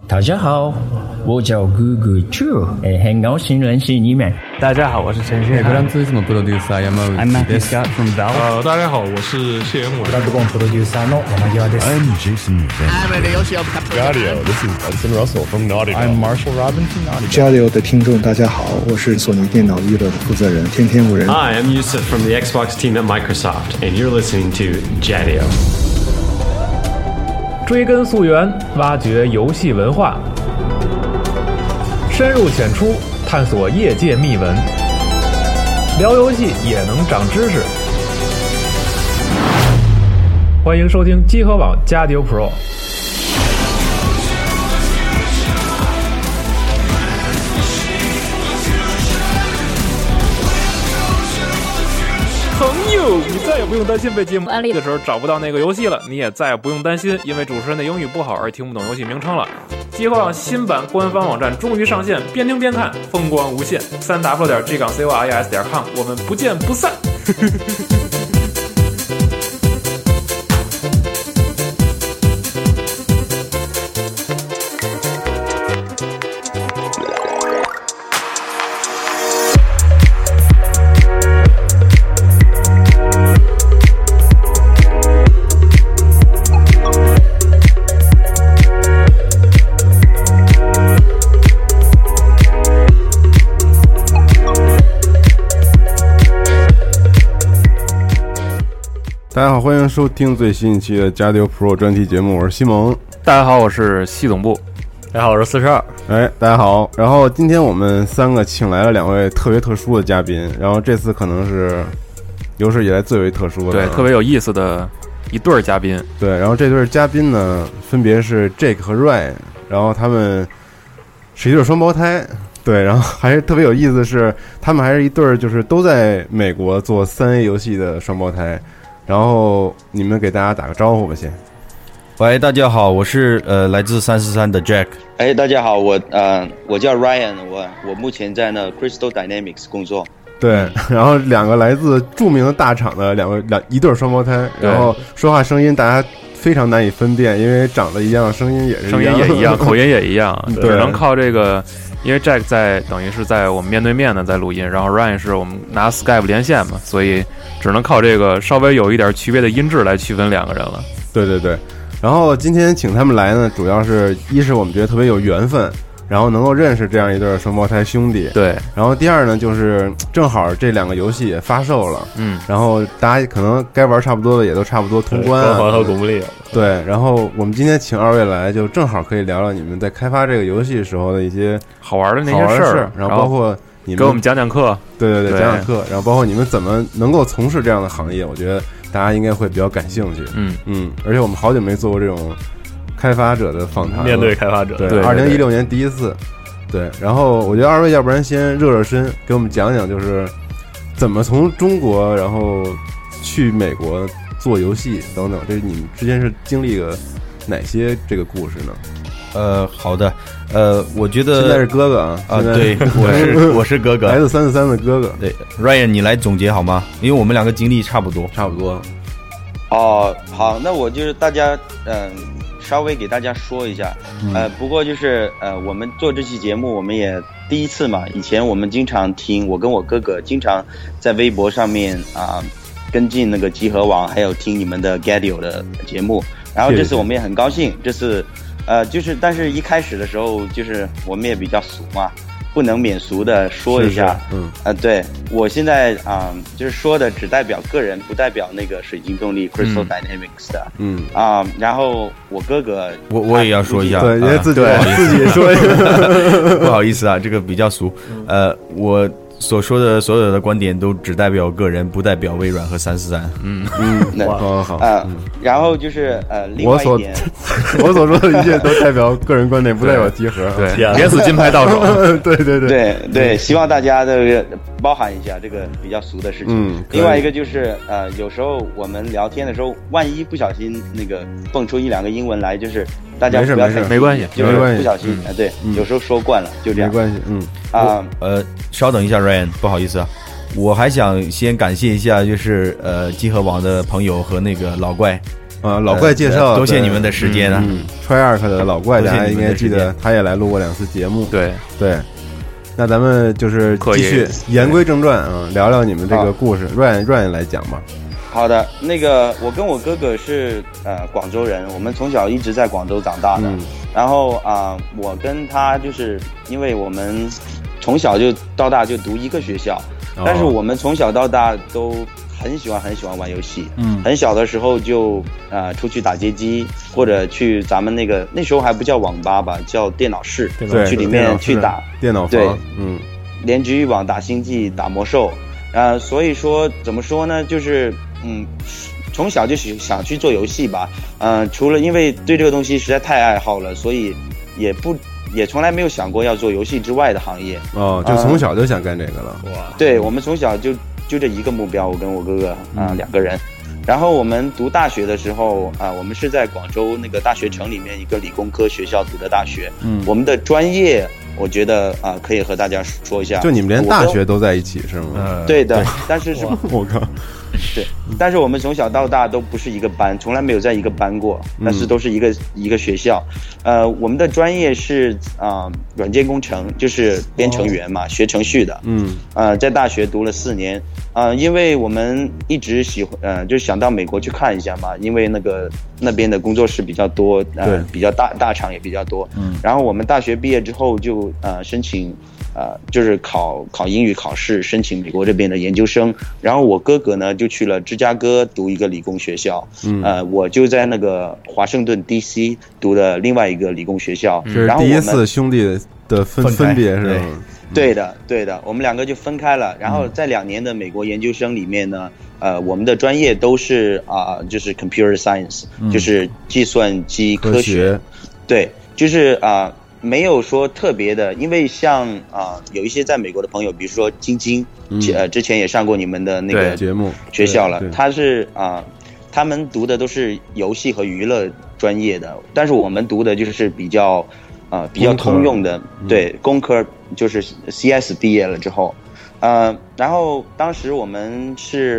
大家好，我叫哥哥Joe，很高兴认识你们。 大家好，我是陈迅。 I'm Matthew Scott from Valve。 大家好，我是谢元伟。 I'm Jason Jadio, this is Hudson Russell from Naughty Dog. I'm Marshall Robbins from Naughty Dog. Jadio 的听众大家好，我是索尼电脑娱乐的负责人天天无人。 Hi, I'm Yusuf from the Xbox team at Microsoft, and you're listening to Jadio。 追根溯源，挖掘游戏文化，深入浅出，探索业界秘闻，聊游戏也能长知识。欢迎收听集合网加迪欧 Pro。朋友，你再也不用担心被节目安利的时候找不到那个游戏了，你也再也不用担心因为主持人的英语不好而听不懂游戏名称了。集合网新版官方网站终于上线，边听边看，风光无限。3w.g-coreis.com， 我们不见不散。 大家好，欢迎收听最新一期的加迪欧 Pro 专题节目，我是西蒙。 大家好，我是系总部。 大家好，我是42。 大家好。然后今天我们三个请来了两位特别特殊的嘉宾，然后这次可能是有史以来最为特殊的， 对，特别有意思的一对嘉宾。 对，然后这对嘉宾呢，分别是 Jake 和 Ryan， 然后他们是一对双胞胎。对，然后还是特别有意思的是，他们还是一对就是都在美国做3A 游戏的双胞胎。然后你们给大家打个招呼吧，先。 喂，大家好，我是来自343的 Jack。 大家好，我叫 Ryan， 我目前在那 Crystal Dynamics 工作。 对，然后两个来自著名的大厂的一对双胞胎，然后说话声音大家非常难以分辨，因为长得一样，声音也一样，口音也一样，只能靠这个。因为 Jack 等于是在我们面对面的在录音，然后 Ryan 是我们拿 Skype 连线嘛，所以只能靠这个稍微有一点区别的音质来区分两个人了。 对对对，然后今天请他们来呢，主要是一是我们觉得特别有缘分，然后能够认识这样一对双胞胎兄弟。 对， 然后第二呢，就是正好这两个游戏也发售了，然后大家可能该玩差不多的也都差不多通关光环和古墓丽影。 对，然后我们今天请二位来，就正好可以聊聊你们在开发这个游戏时候的一些好玩的那些事儿， 然后包括你们给我们讲讲课。 对，讲讲课，然后包括你们怎么能够从事这样的行业，我觉得大家应该会比较感兴趣。而且我们好久没做过这种开发者的访谈了， 面对开发者。 对，2016年第一次。对，然后我觉得二位要不然先热热身，给我们讲讲就是怎么从中国然后去美国做游戏等等，这你们之间是经历了哪些这个故事呢？ 好的，我觉得现在是哥哥啊， 对，我是哥哥， 来自343的哥哥。 对 ，Ryan 你来总结好吗？因为我们两个经历差不多。 哦，好，那我就是大家稍微给大家说一下，不过就是我们做这期节目我们也第一次嘛，以前我们经常听，我跟我哥哥经常在微博上面跟进那个集合网，还有听你们的 Gadio 的节目，然后这次我们也很高兴，这次就是但是一开始的时候就是我们也比较俗嘛，不能免俗的说一下，对，我现在就是说的只代表个人，不代表那个水晶动力 Crystal Dynamics 的，然后我哥哥我也要说一下， 对，也自己说一下， 不好意思啊，这个比较俗，我所说的所有的观点都只代表个人，不代表微软和343。 好。 然后就是另外一点， 我所说的一切都代表个人观点，不代表集合。 对，连死金牌到手。 对，希望大家这个包含一下这个比较俗的事情。另外一个就是有时候我们聊天的时候，万一不小心那个蹦出1-2个英文来，就是大家不要太没关系， 就是不小心对，有时候说惯了就这样， 没关系。 稍等一下 Ryan， 不好意思啊，我还想先感谢一下，就是集合网的朋友和那个老怪， 老怪介绍， 多谢你们的时间啊。 Treyarch 的老怪，大家应该记得，他也来录过2次节目。 对。 那咱们就是继续言归正传啊，聊聊你们这个故事。Ryan 来讲吧。 好的，那个我跟我哥哥是广州人，我们从小一直在广州长大的。然后我跟他就是因为我们从小就到大就读一个学校，但是我们从小到大都很喜欢玩游戏。很小的时候就出去打街机，或者去咱们那时候还不叫网吧吧，叫电脑室，去里面去打电脑房。 对，连局域网、打星际、打魔兽。所以说怎么说呢，就是从小就想去做游戏吧。除了因为对这个东西实在太爱好了，所以也从来没有想过要做游戏之外的行业。 就从小就想干这个了。 对，我们从小就这一个目标，我跟我哥哥2个人。然后我们读大学的时候我们是在广州那个大学城里面一个理工科学校读的大学。我们的专业我觉得可以和大家说一下。 就你们连大学都在一起是吗？ 对的，但是我靠。 对，但是我们从小到大都不是一个班，从来没有在一个班过，但是都是一个学校。我们的专业是软件工程，就是编程员嘛，学程序的。在大学读了4年。因为我们一直就想到美国去看一下嘛，因为那边的工作室比较多，比较大厂也比较多。然后我们大学毕业之后就申请就是考英语考试，申请美国这边的研究生。然后我哥哥呢就去了芝加哥读一个理工学校。我就在那个华盛顿 DC 读的另外一个理工学校。 是第一次兄弟的分别是吗？ 对的，我们2个就分开了。然后在2年的美国研究生里面呢，我们的专业都是就是 computer science，就是计算机科学。对，就是没有说特别的，因为像有一些在美国的朋友，比如说晶晶，之前也上过你们的那个节目学校了，他是他们读的都是游戏和娱乐专业的，但是我们读的就是比较通用的，对，工科就是 CS 毕业了之后。然后当时我们是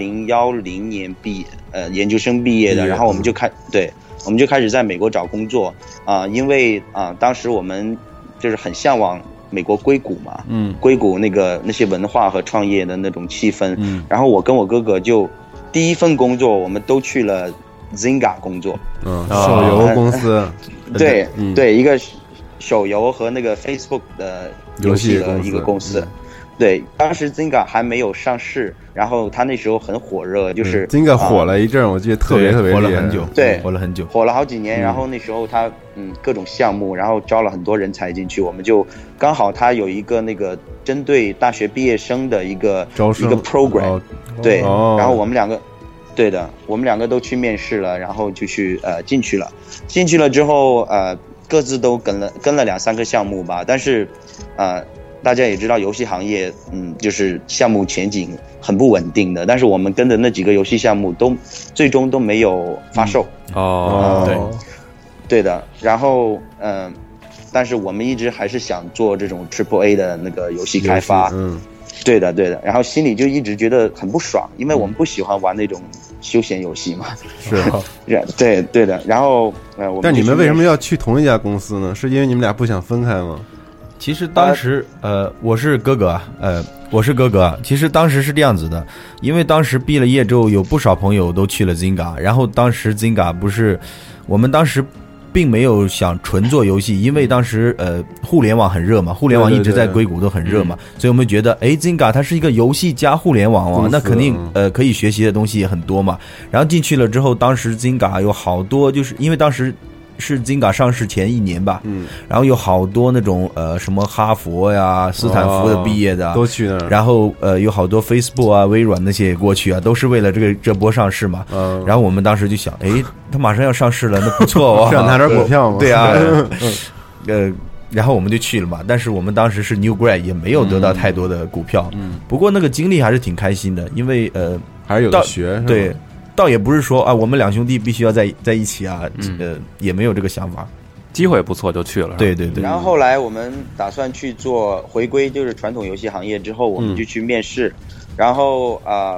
2010年研究生毕业的，然后我们就开始在美国找工作。因为当时我们就是很向往美国硅谷嘛，硅谷那些文化和创业的那种气氛。然后我跟我哥哥就第一份工作我们都去了 Zynga 工作， 手游公司。 对，一个手游和那个 Facebook 的游戏的一个公司。对，当时 Zynga 还没有上市，然后他那时候很火热，就是 Zynga 火了一阵，我记得特别火了很久， 对， 火了很久， 火了好几年。然后那时候他各种项目，然后招了很多人才进去，我们就刚好他有一个那个针对大学毕业生的一个 program，对，然后我们2个。对的，我们2个都去面试了，然后就去进去了。进去了之后各自都跟了2-3个项目吧，但是大家也知道游戏行业就是项目前景很不稳定的，但是我们跟的那几个游戏项目最终都没有发售。对的，然后但是我们一直还是想做这种 AAA 的那个游戏开发。对的，然后心里就一直觉得很不爽，因为我们不喜欢玩那种休闲游戏嘛。 是， 对的。然后但你们为什么要去同一家公司呢？是因为你们俩不想分开吗？ 其实当时我是哥哥其实当时是这样子的，因为当时毕了业之后，有不少朋友都去了 Zynga， 然后当时 Zynga 不是我们当时并没有想纯做游戏，因为当时互联网很热嘛，互联网一直在硅谷都很热嘛，所以我们觉得Zynga 它是一个游戏加互联网那肯定可以学习的东西也很多嘛。然后进去了之后，当时 Zynga 有好多，就是因为当时是 Zynga 上市前1年吧，然后有好多那种什么哈佛呀、斯坦福的毕业的都去那儿， 然后有好多 Facebook 啊、微软那些也过去啊，都是为了这波上市嘛。然后我们当时就想，他马上要上市了，那不错是要拿点股票吗？ 对啊，然后我们就去了嘛。但是我们当时是 New Grad， 也没有得到太多的股票。不过那个经历还是挺开心的，因为还是有的学， 对。倒也不是说我们2兄弟必须要在一起啊，也没有这个想法， 机会不错就去了。 对。 然后后来我们打算去做回归，就是传统游戏行业之后，我们就去面试，然后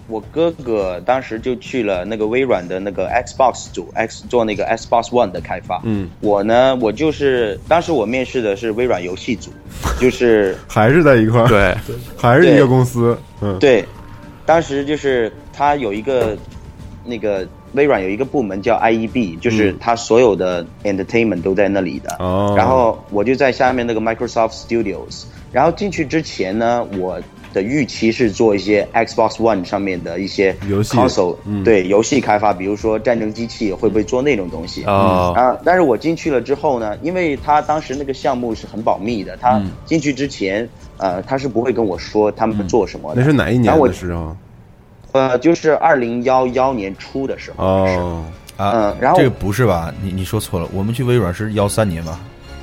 我哥哥当时就去了那个微软的那个 Xbox 组做那个 Xbox One 的开发。我就是当时我面试的是微软游戏组，就是还是在一块儿， 对， 还是一个公司。 对，当时就是他有一个那个微软有一个部门叫 IEB， 就是他所有的 entertainment 都在那里的。然后我就在下面那个 Microsoft Studios， 然后进去之前呢，我的预期是做一些 Xbox One 上面的一些游戏 console，对游戏开发，比如说战争机器会不会做那种东西但是我进去了之后呢，因为他当时那个项目是很保密的，他进去之前他是不会跟我说他们做什么的。 那是哪一年的时候？ 就是2011年初的时候。然后这个不是吧？你说错了，我们去微软是13年吧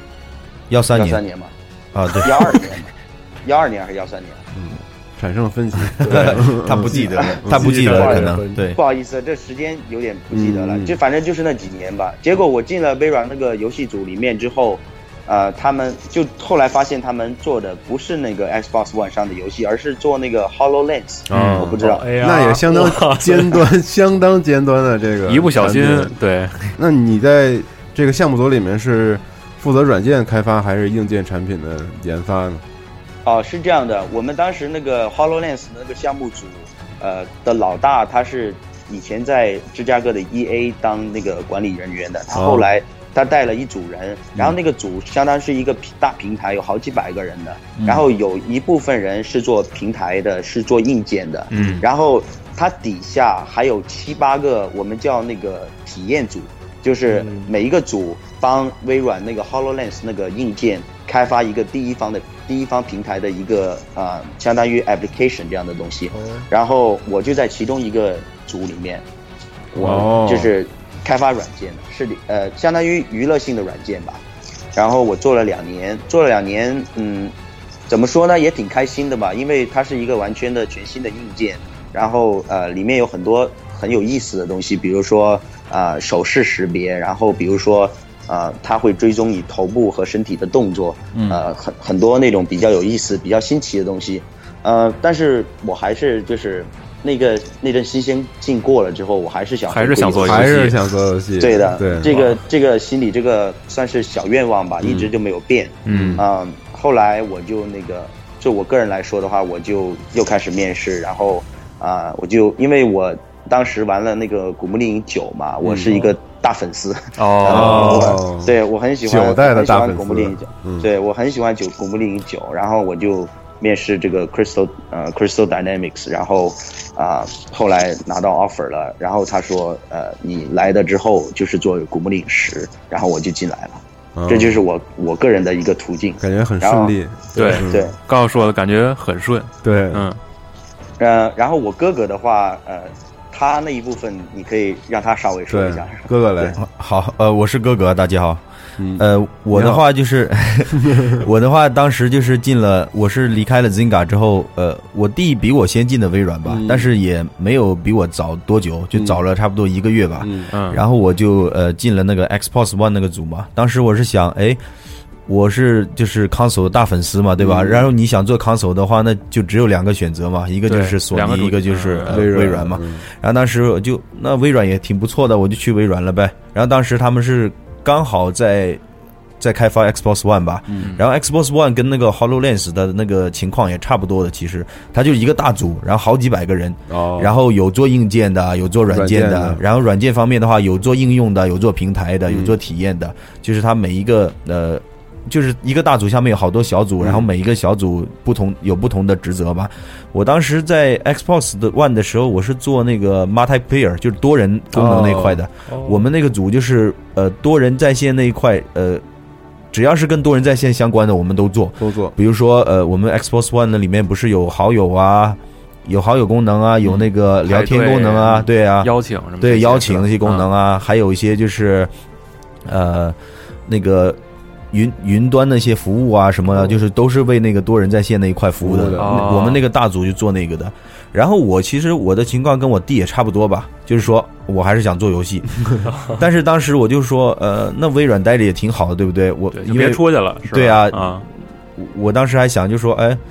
？13 年嘛？ 对 ，12年嘛，12年还是13年？ 产生了分歧。 他不记得了，他不记得了，可能对。 不好意思，这时间有点不记得了，就反正就是那几年吧。结果我进了微软那个游戏组里面之后，他们就后来发现他们做的不是那个 Xbox One 上的游戏，而是做那个 HoloLens。我不知道， 那也相当尖端，相当尖端的这个。 一不小心，对。 那你在这个项目组里面是负责软件开发还是硬件产品的研发呢？ 是这样的，我们当时那个 HoloLens 那个项目组，的老大他是以前在芝加哥的 EA 当那个管理人员的，他后来他带了一组人，然后那个组相当是一个大平台，有好几百个人的，然后有一部分人是做平台的，是做硬件的，然后他底下还有7、8个我们叫那个体验组，就是每一个组帮微软那个 HoloLens 那个硬件开发一个第一方平台的一个相当于 application 这样的东西，然后我就在其中一个组里面，我就是开发软件的，是相当于娱乐性的软件吧。然后我做了2年，怎么说呢，也挺开心的吧，因为它是一个完全的全新的硬件，然后里面有很多很有意思的东西，比如说手势识别，然后比如说它会追踪你头部和身体的动作，很多那种比较有意思、比较新奇的东西，但是我还是就是那阵新鲜劲过了之后，我还是想做游戏， 对的，对，这个心里这个算是小愿望吧，一直就没有变，后来我就就我个人来说的话，我就又开始面试，然后我就因为我当时玩了那个古墓丽影9嘛，我是一个大粉丝对，我很喜欢9 代的大粉丝， 古墓丽影9，对，我很喜欢古墓丽影9，然后我就面试这个 Crystal Dynamics， 然后后来拿到 offer 了，然后他说你来的之后就是做古墓丽影10，然后我就进来了。这就是我个人的一个途径， 感觉很顺利。 对，刚刚说的感觉很顺。 对， 然后我哥哥的话，他那一部分你可以让他稍微说一下。 哥哥来， 好，我是哥哥，大家好。我的话就是我的话当时就是我是离开了 Zynga 之后，我弟比我先进的微软吧，但是也没有比我早多久，就早了差不多1个月吧。然后我就进了那个 Xbox One 那个组嘛。当时我是想，我是就是 console 的大粉丝嘛，对吧？然后你想做 console 的话，那就只有2个选择嘛，一个就是索尼，一个就是微软嘛。然后当时我就那微软也挺不错的，我就去微软了呗。然后当时他们是刚好在开发 Xbox One 吧，然后 Xbox One 跟那个 HoloLens 的那个情况也差不多的，其实它就是一个大组，然后好几百个人，然后有做硬件的，有做软件的，然后软件方面的话有做应用的，有做平台的，有做体验的，就是它每一个就是一个大组下面有好多小组，然后每一个小组有不同的职责吧。我当时在 Xbox One 的时候，我是做那个 multiplayer， 就是多人功能那一块的。我们那个组就是多人在线那一块，只要是跟多人在线相关的，我们都做。比如说我们 Xbox One 的里面不是有好友啊，有好友功能啊，有那个聊天功能啊，对啊， 邀请什么， 对，邀请那些功能啊，还有一些就是那个云端那些服务啊什么的，就是都是为那个多人在线那一块服务的。我们那个大组就做那个的。然后其实我的情况跟我弟也差不多吧，就是说我还是想做游戏，但是当时我就说，那微软待着也挺好的，对不对？因为别出去了，是吧？ 对啊，我当时还想就说，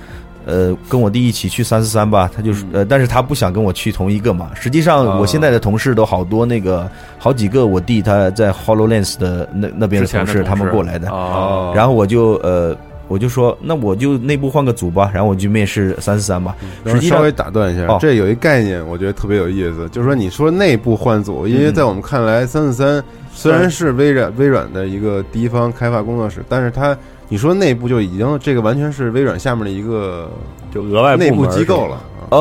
跟我弟一起去343吧，他就是但是他不想跟我去同一个嘛。实际上我现在的同事都好多好几个我弟他在 HoloLens 的那边的同事他们过来的，然后我就说那我就内部换个组吧，然后我就面试343吧。实际上稍微打断一下，这有一概念我觉得特别有意思，就是说你说内部换组，因为在我们看来343虽然是微软的一个第一方开发工作室，但是你说内部就已经这个完全是微软下面的一个就额外内部机构了。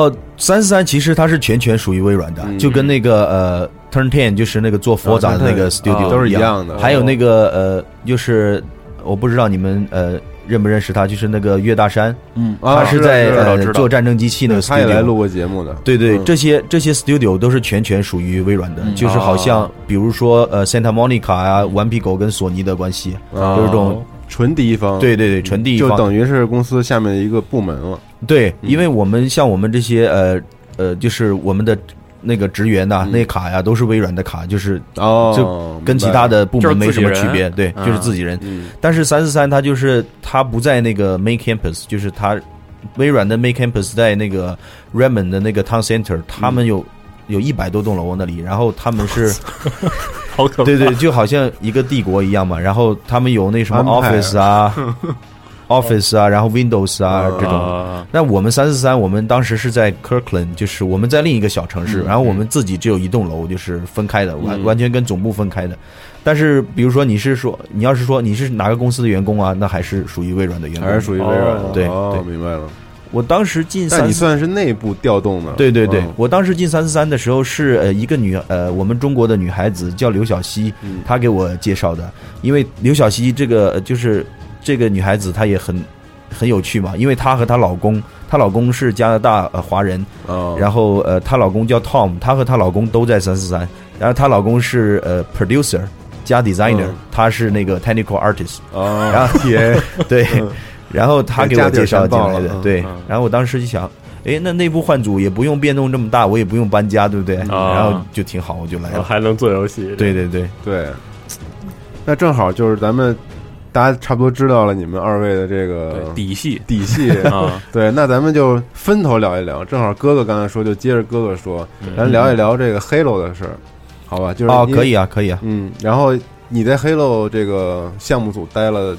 343其实它是全属于微软的，就跟那个Turn 10就是那个做 Forza 的那个 Studio 都是一样的。 还有那个就是我不知道你们认不认识他，就是那个岳大山，他是在做战争机器那个 studio， 他也来录过节目的。 对对，这些 studio 都是全属于微软的，就是好像比如说Santa Monica 啊，顽皮狗跟索尼的关系，就是这种纯第一方。 对对对，纯第一方， 就等于是公司下面的一个部门了。 对，因为我们像我们这些就是我们的那个职员呐，那卡呀都是微软的卡，就是就跟其他的部门没什么区别，对，就是自己人。但是343它就是它不在那个 main campus， 就是它微软的 main campus 在那个 Redmond 的那个 town center， 他们有100多栋楼那里，然后他们是好可怕， 对对，就好像一个帝国一样嘛。然后他们有那什么 Office 啊。Office 啊，然后 Windows 啊这种。那我们343，我们当时是在 Kirkland， 就是我们在另一个小城市，然后我们自己只有一栋楼，就是分开的，完全跟总部分开的。但是比如说你要是说你是哪个公司的员工啊，那还是属于微软的员工， 还是属于微软的。 对对，明白了。 我当时进但你算是内部调动的。 对对对，我当时进343的时候是一个我们中国的女孩子叫刘晓溪，她给我介绍的。因为刘晓溪这个就是这个女孩子她也很有趣嘛，因为她和她老公是加拿大华人，然后她老公叫 Tom， 她和她老公都在343，然后她老公是producer 加 designer，她是那个 technical artist， 然后对，然后她给我介绍进来的，对，然后我当时就想，那内部换组也不用变动这么大，我也不用搬家，对不对？然后就挺好，我就来了， 还能做游戏。 对对对对，那正好就是咱们。大家差不多知道了你们二位的这个底细啊，对，那咱们就分头聊一聊。正好哥哥刚才说，就接着哥哥说，咱聊一聊这个 Halo 的事儿，好吧？就是可以啊，可以啊。 然后你在 Halo 这个项目组待了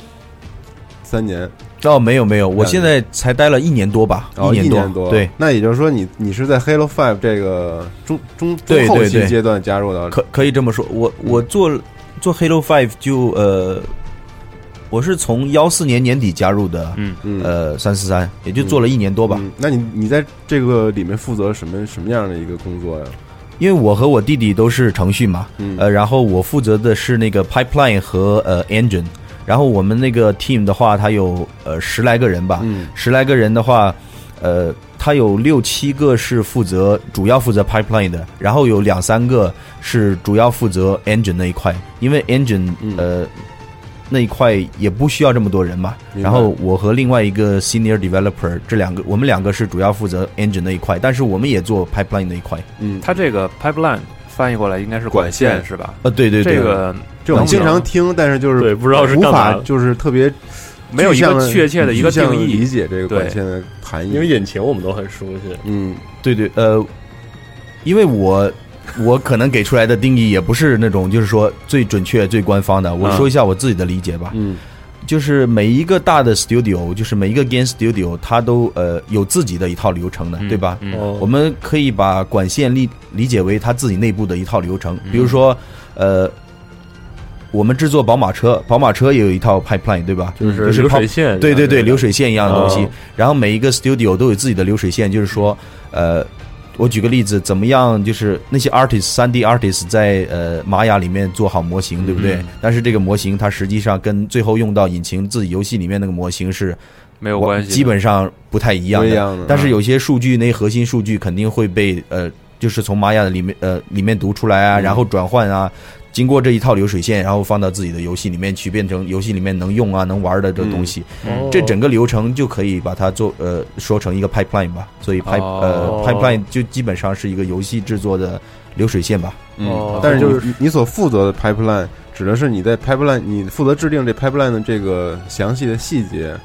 3年。 没有，我现在才待了1年多吧，1年多。对， 那也就是说你是在 Halo 5这个中后期阶段加入的， 可以这么说。我做 Halo 5就我是从14年年底加入的，343，也就做了1年多吧。 那你在这个里面负责什么样的一个工作呀？ 因为我和我弟弟都是程序嘛，然后我负责的是那个 pipeline 和engine， 然后我们那个 team 的话，它有10来个人吧，10来个人的话，它有6、7个是主要负责 pipeline 的，然后有2、3个是主要负责 engine 那一块，因为 engine 那一块也不需要这么多人嘛。然后我和另外一个 senior developer， 我们2个是主要负责 engine 那一块，但是我们也做 pipeline 那一块。 它这个 pipeline 翻译过来应该是管线是吧？ 对对对， 这我经常听，但是就是对不知道是干嘛， 就是特别没有一个确切的一个定义理解这个管线的含义。 因为引擎我们都很熟悉。 对对，因为我可能给出来的定义也不是那种就是说最准确最官方的，我说一下我自己的理解吧。就是每一个大的 studio， 就是每一个 game studio， 它都有自己的一套流程的，对吧？我们可以把管线理解为它自己内部的一套流程。比如说我们制作宝马车也有一套 pipeline， 对吧？ 就是流水线， 对对对，流水线一样的东西。然后每一个 studio 都有自己的流水线，就是说我举个例子，怎么样？就是那些 3D artist 在玛雅里面做好模型，对不对？但是这个模型它实际上跟最后用到引擎自己游戏里面那个模型是没有关系， 基本上不太一样的。但是有些数据，那核心数据肯定会被就是从玛雅的里面读出来啊，然后转换啊。经过这一套流水线，然后放到自己的游戏里面去，变成游戏里面能用啊、能玩的这东西。这整个流程就可以把它说成一个 pipeline 吧。所以pipeline 就基本上是一个游戏制作的流水线吧。 但是就是你所负责的 pipeline 指的是你在 pipeline 你负责制定这 pipeline 的这个详细的细节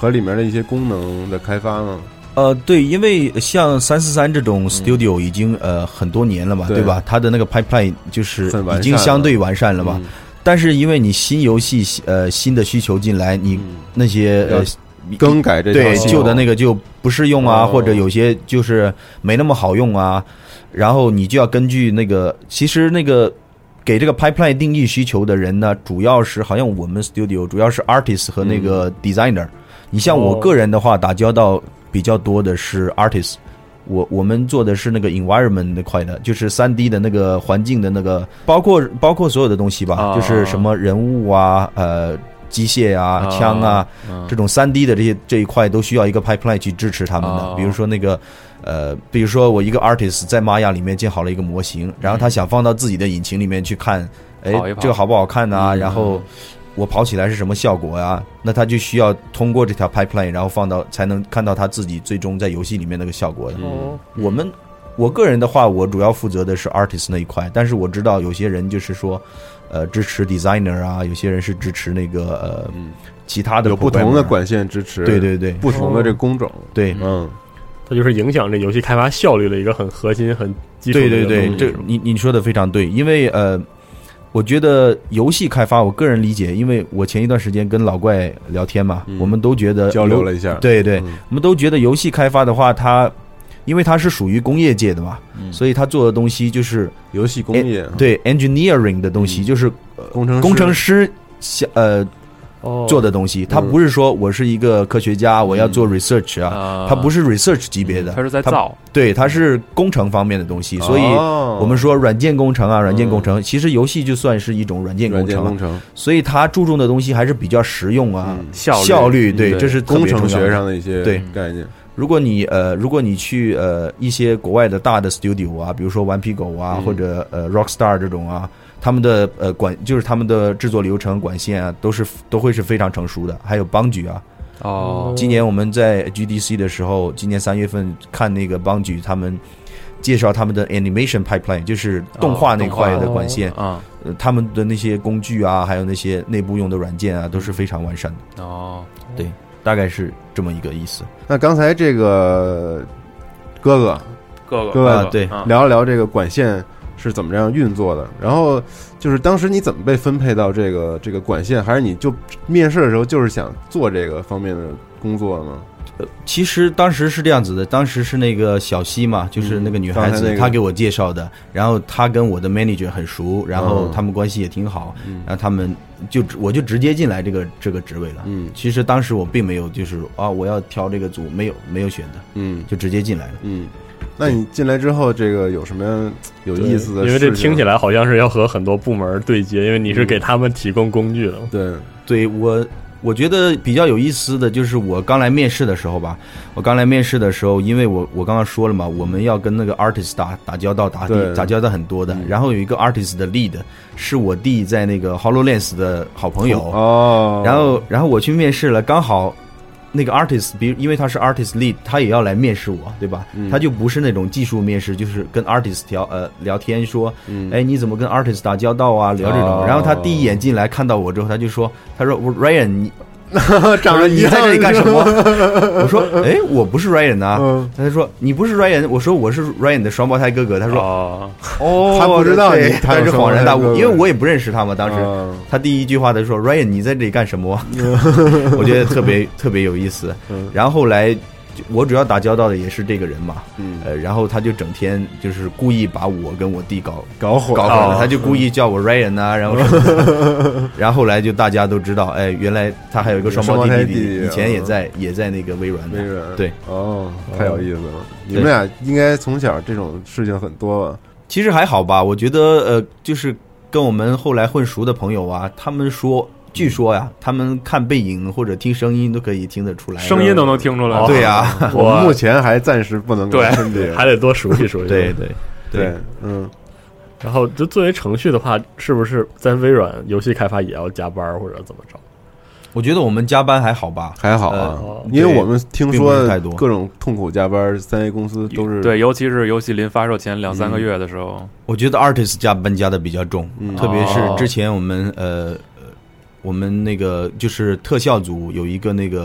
和里面的一些功能的开发呢？ 对，因为像343这种 studio 已经很多年了嘛，对吧？它的那个 pipeline 就是已经相对完善了嘛。但是因为你新游戏新的需求进来，你那些更改这对旧的那个就不适用啊，或者有些就是没那么好用啊，然后你就要根据那个，其实那个给这个 pipeline 定义需求的人呢，主要是好像我们 studio 主要是 artist 和那个 designer。你像我个人的话，打交道比较多的是 artist。我们做的是那个 environment 那块的，就是 3D 的那个环境的那个，包括所有的东西吧，就是什么人物啊，机械啊，枪啊，这种 3D 的这一块都需要一个 pipeline 去支持他们的。比如说那个比如说我一个 artist 在 Maya 里面建好了一个模型，然后他想放到自己的引擎里面去看，这个好不好看啊？然后我跑起来是什么效果呀？那他就需要通过这条 pipeline， 然后放到才能看到他自己最终在游戏里面那个效果的。我个人的话，我主要负责的是 artist 那一块，但是我知道有些人就是说，支持 designer 啊，有些人是支持那个其他的有不同的管线支持， 对， 不同的这个工种， 对， 它就是影响这游戏开发效率的一个很核心、很基础的。 对，这你说的非常对，因为我觉得游戏开发，我个人理解，因为我前一段时间跟老怪聊天嘛，我们都觉得交流了一下， 对，我们都觉得游戏开发的话，因为它是属于工业界的嘛，所以他做的东西就是游戏工业， 对 engineering 的东西，就是工程师做的东西，他不是说我是一个科学家，我要做 research 啊，他不是 research 级别的， 他是在造， 对，他是工程方面的东西，所以我们说软件工程啊，软件工程，其实游戏就算是一种软件工程，所以他注重的东西还是比较实用啊，效率，对，这是工程学上的一些概念。 如果你去一些国外的大的 studio 啊，比如说顽皮狗啊，或者Rockstar 这种啊，他们的就是他们的制作流程管线啊，都会是非常成熟的。还有邦举啊，今年我们在 GDC 的时候，今年3月份看那个邦举，他们介绍他们的 animation pipeline， 就是动画那块的管线他们的那些工具啊，还有那些内部用的软件啊，都是非常完善的。对。大概是这么一个意思。 那刚才这个哥哥对， 聊一聊这个管线是怎么样运作的，然后就是当时你怎么被分配到这个管线，还是你就面试的时候就是想做这个方面的工作呢？ 其实当时是这样子的，当时是那个小西嘛，就是那个女孩子，她给我介绍的，然后她跟我的 manager 很熟，然后他们关系也挺好，然后他们我就直接进来这个职位了。其实当时我并没有就是我要挑这个组，没有选的，就直接进来了。 那你进来之后，这个有什么有意思的事情？ 因为这听起来好像是要和很多部门对接，因为你是给他们提供工具的。 对，我觉得比较有意思的就是我刚来面试的时候吧，因为我刚刚说了嘛，我们要跟那个 artist 打交道，打交道很多的。然后有一个 artist 的 lead 是我弟在那个 HoloLens 的好朋友然后我去面试了，刚好那个 artist， 因为他是 artist lead， 他也要来面试我，对吧？他就不是那种技术面试，就是跟 artist 聊天说，你怎么跟 artist 打交道啊？聊这种。然后他第一眼进来看到我之后，他说 Ryan 你长得你在这里干什么？我说我不是 Ryan 啊。他说你不是 Ryan， 我说我是 Ryan 的双胞胎哥哥。他说他不知道你， 他是恍然大悟，因为我也不认识他嘛。当时他第一句话他说 Ryan 你在这里干什么？我觉得特别有意思。然后后来我主要打交道的也是这个人嘛，然后他就整天就是故意把我跟我弟搞混了，他就故意叫我 Ryan 啊，然后然后后来就大家都知道，原来他还有一个双胞胎弟弟，以前也在那个微软，对， 太有意思了。你们俩应该从小这种事情很多吧？ 其实还好吧，我觉得就是跟我们后来混熟的朋友啊，他们说。据说呀，他们看背影或者听声音都可以听得出来， 声音都能听出来。 对呀， 我目前还暂时不能够分别， 还得多熟悉熟悉。 对， 然后就作为程序的话，是不是在微软游戏开发也要加班或者怎么着？ 我觉得我们加班还好吧， 还好啊，因为我们听说各种痛苦加班，3A 公司都是对，尤其是游戏临发售前2-3个月的时候， 我觉得 artist 加班加的比较重，特别是之前我们那个就是特效组有一个那个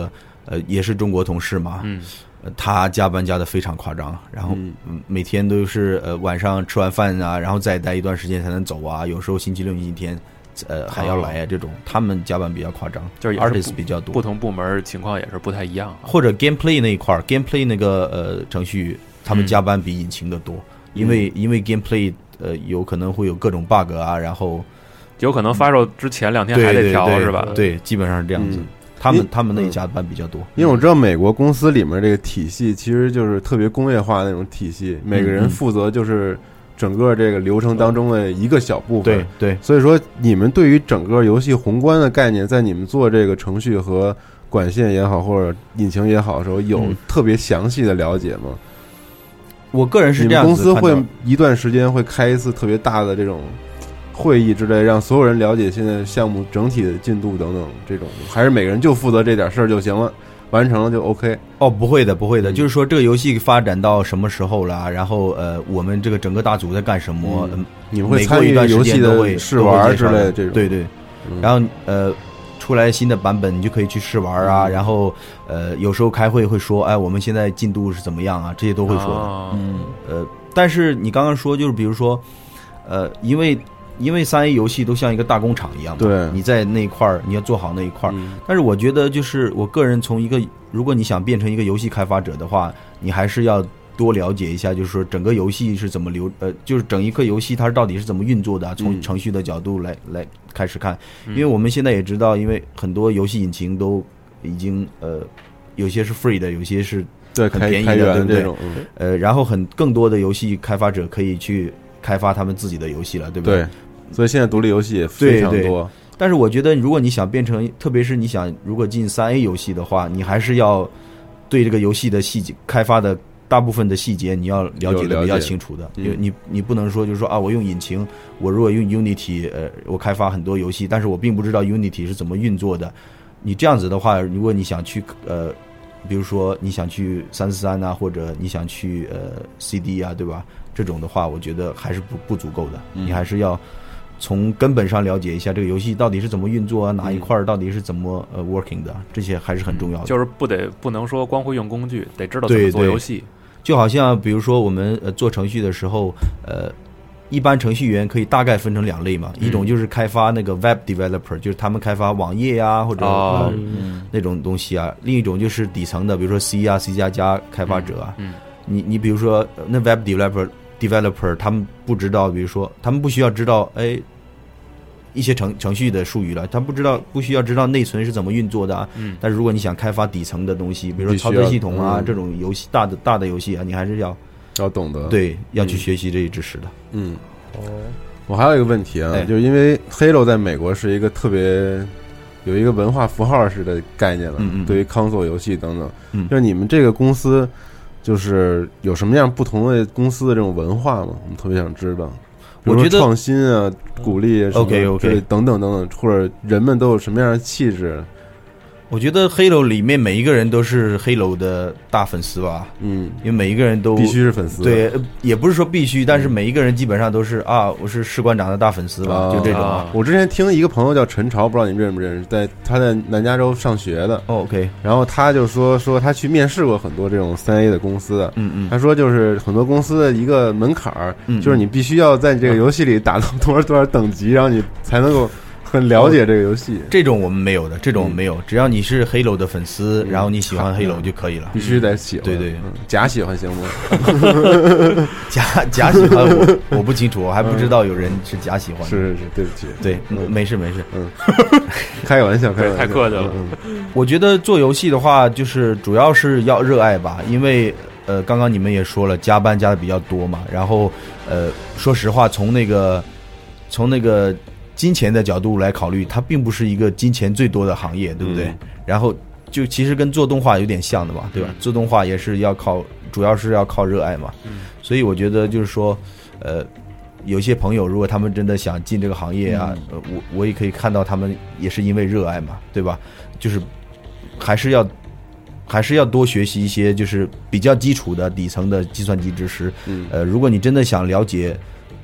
也是中国同事嘛，他加班加的非常夸张，然后每天都是晚上吃完饭啊，然后再待一段时间才能走啊，有时候星期六星期天还要来啊，这种他们加班比较夸张， 就是 artist 比较多， 不同部门情况也是不太一样。 或者 gameplay 那一块 ，gameplay 那个程序，他们加班比引擎的多，因为 gameplay 有可能会有各种 bug 啊，然后有可能发售之前2天还得调，是吧？ 对，基本上是这样子。他们那一加班比较多， 因为我知道美国公司里面这个体系其实就是特别工业化的那种体系，每个人负责就是整个这个流程当中的一个小部分。 对， 所以说你们对于整个游戏宏观的概念，在你们做这个程序和管线也好，或者引擎也好的时候，有特别详细的了解吗？ 我个人是这样子， 你们公司会一段时间会开一次特别大的这种会议之类，让所有人了解现在项目整体的进度等等这种，还是每个人就负责这点事儿就行了，完成了就 OK？ 不会的，就是说这个游戏发展到什么时候了，然后我们这个整个大组在干什么， 你们会参与游戏的试玩之类的这种， 对，然后出来新的版本你就可以去试玩啊，然后有时候开会会说，我们现在进度是怎么样啊，这些都会说的。但是你刚刚说就是比如说因为3A 游戏都像一个大工厂一样嘛， 对， 你在那一块儿你要做好那一块儿。但是我觉得就是我个人从如果你想变成一个游戏开发者的话，你还是要多了解一下，就是说整个游戏是怎么就是整一个游戏它到底是怎么运作的，从程序的角度来开始看。因为我们现在也知道，因为很多游戏引擎都已经有些是 free 的，有些是很便宜的，对不对？然后更多的游戏开发者可以去开发他们自己的游戏了，对不对？ 对，所以现在独立游戏也非常多。 对，但是我觉得如果你想变成，特别是你想如果进3A 游戏的话，你还是要对这个游戏的细节开发的大部分的细节你要了解的比较清楚的，因为你不能说就是说我用引擎，我如果用 Unity 我开发很多游戏，但是我并不知道 Unity 是怎么运作的。你这样子的话，如果你想去比如说你想去343啊，或者你想去CD 啊，对吧？这种的话，我觉得还是不足够的。你还是要从根本上了解一下这个游戏到底是怎么运作啊，哪一块到底是怎么working 的，这些还是很重要的。 就是不能说光会用工具，得知道怎么做游戏。 就好像比如说我们做程序的时候，一般程序员可以大概分成2类嘛，一种就是开发那个 web developer， 就是他们开发网页啊或者那种东西啊，另一种就是底层的，比如说 C 啊 C++ 开发者啊。你比如说那 web developer 他们不知道，比如说他们不需要知道一些程序的术语了，他不需要知道内存是怎么运作的啊。但是如果你想开发底层的东西，比如说操作系统啊，这种游戏大的游戏啊，你还是要懂得， 对，要去学习这些知识的。 我还有一个问题啊，就是因为 Halo 在美国是一个特别有一个文化符号式的概念了，对于 console 游戏等等，就是你们这个公司就是有什么样不同的公司的这种文化吗？我们特别想知道。我觉得创新啊，鼓励啊，OK 等等等等，或者人们都有什么样的气质？ 我觉得 Halo 里面每一个人都是 Halo 的大粉丝吧，因为每一个人都必须是粉丝， 对，也不是说必须，但是每一个人基本上都是我是士官长的大粉丝吧，就这种。 我之前听一个朋友叫陈朝，不知道你认不认识，他在南加州上学的 ，OK， 然后他就说他去面试过很多这种3A 的公司，他说就是很多公司的一个门槛就是你必须要在这个游戏里达到多少等级，然后你才能够很了解这个游戏。 这种我们没有的，这种我们没有，只要你是 Halo 的粉丝，然后你喜欢 Halo 就可以了， 必须得喜欢。 对， 假喜欢行吗？ 假喜欢我不清楚，我还不知道有人是假喜欢。 是，对不起， 对，没事， 开个玩笑， 太客气了。 我觉得做游戏的话，就是主要是要热爱吧，因为刚刚你们也说了，加班加的比较多嘛，然后说实话，从那个金钱的角度来考虑，它并不是一个金钱最多的行业，对不对？然后就其实跟做动画有点像的嘛，对吧？做动画也是主要是要靠热爱嘛。所以我觉得就是说，有些朋友如果他们真的想进这个行业啊，我也可以看到他们也是因为热爱嘛，对吧？就是还是要多学习一些就是比较基础的底层的计算机知识。如果你真的想了解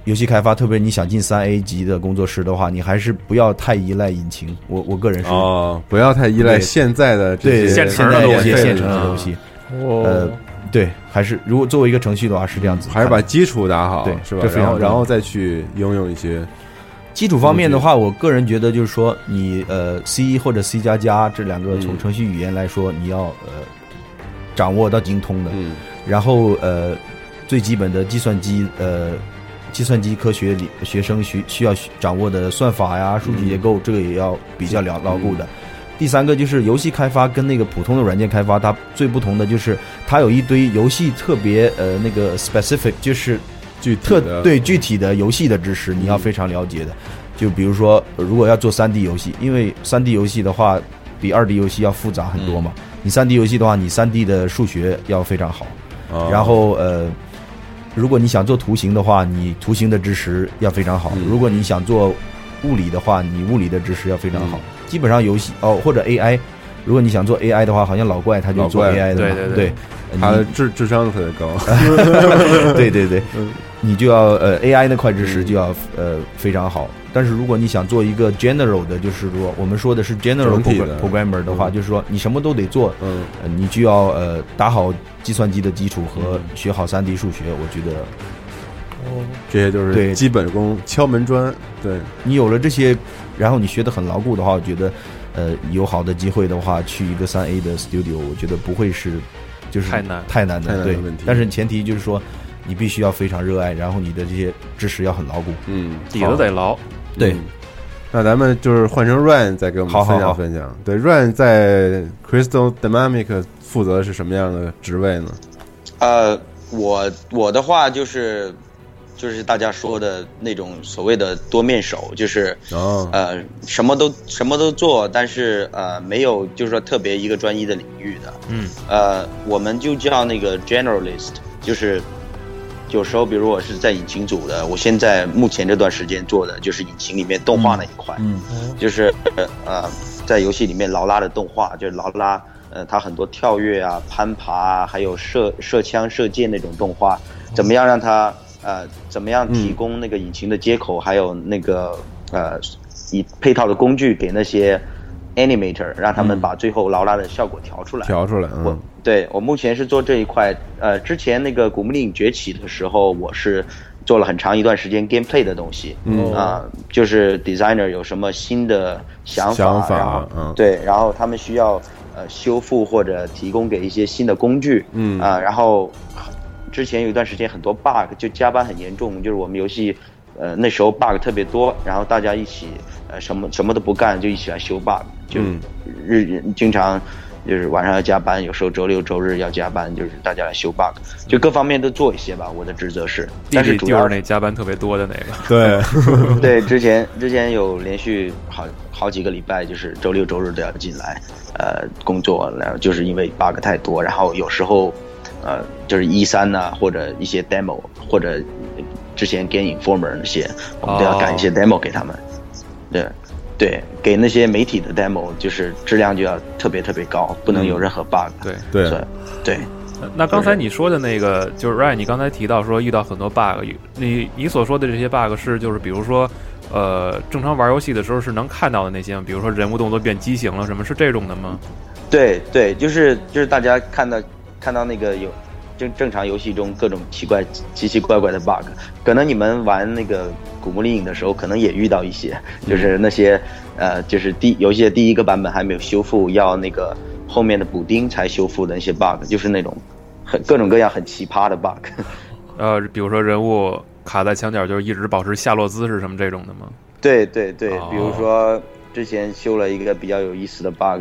游戏开发，特别你想进3A 级的工作室的话，你还是不要太依赖引擎。我个人是不要太依赖现在的这些现在的现成的东西。对，还是如果作为一个程序的话是这样子， 还是把基础打好， 对， 是吧？然后再去应用一些基础方面的话，我个人觉得就是说，你C 或者 C++ 这两个从程序语言来说，你要掌握到精通的。然后最基本的计算机科学学生需要掌握的算法呀、数据结构，这个也要比较牢固的。第三个就是游戏开发跟那个普通的软件开发，它最不同的就是它有一堆游戏特别那个 specific， 就是具体的游戏的知识你要非常了解的。就比如说，如果要做3D 游戏，因为3D 游戏的话比2D 游戏要复杂很多嘛。你3D 游戏的话，你3D 的数学要非常好。然后如果你想做图形的话，你图形的知识要非常好。如果你想做物理的话，你物理的知识要非常好。基本上游戏或者 AI， 如果你想做 AI 的话，好像老怪他就做 AI 的嘛，对， 他的智商特别高， 对，你就要AI 那块知识就要非常好。但是如果你想做一个 general 的，就是说我们说的是 general programmer 的话，就是说你什么都得做，你就要打好计算机的基础和学好3D 数学，我觉得。 这些就是基本功、敲门砖。对， 你有了这些，然后你学得很牢固的话，我觉得，有好的机会的话，去一个3A 的 studio， 我觉得不会是，就是太难的对问题。但是前提就是说，你必须要非常热爱，然后你的这些知识要很牢固， 底子得牢。 对， 那咱们就是换成 Ryan 再给我们分享。对 ，Ryan 在 Crystal Dynamics 负责是什么样的职位呢？ 我的话就是大家说的那种所谓的多面手，就是什么都做，但是没有就是说特别一个专一的领域的。我们就叫那个 generalist， 就是有时候比如我是在引擎组的，我现在目前这段时间做的就是引擎里面动画那一块，就是在游戏里面劳拉的动画，就是劳拉它很多跳跃啊、攀爬啊，还有射枪、射箭那种动画，怎么样让它怎么样提供那个引擎的接口，还有那个以配套的工具给那些 animator， 让他们把最后劳拉的效果调出来。我目前是做这一块。之前那个古墓丽影崛起的时候，我是做了很长一段时间 gameplay 的东西。就是 designer 有什么新的想法，然后他们需要修复或者提供给一些新的工具。然后之前有一段时间很多 bug， 就加班很严重，就是我们游戏那时候 bug 特别多，然后大家一起什么都不干就一起来修 bug， 就经常就是晚上要加班，有时候周六周日要加班，就是大家来修 bug， 就各方面都做一些吧。我的职责是，但是主要就是那加班特别多的那个。 对，之前有连续好几个礼拜，就是周六周日都要进来工作，然后就是因为 bug 太多，然后有时候就是E3呐，或者一些 demo， 或者之前 Game Informer 那些，我们都要赶一些 demo 给他们。对，给那些媒体的 demo 就是质量就要特别特别高，不能有任何 bug。对。 那刚才你说的那个，就是 Ryan， 你刚才提到说遇到很多 bug， 你所说的这些 bug 是就是比如说正常玩游戏的时候是能看到的那些，比如说人物动作变畸形了什么，是这种的吗？ 对，就是大家看到那个有正常游戏中各种奇奇怪怪的 bug， 可能你们玩那个古墓丽影的时候可能也遇到一些，就是那些就是游戏的第一个版本还没有修复，要那个后面的补丁才修复的那些 bug， 就是那种各种各样很奇葩的 bug。 比如说人物卡在墙角，就是一直保持下落姿势什么这种的吗？ 对，比如说之前修了一个比较有意思的 bug，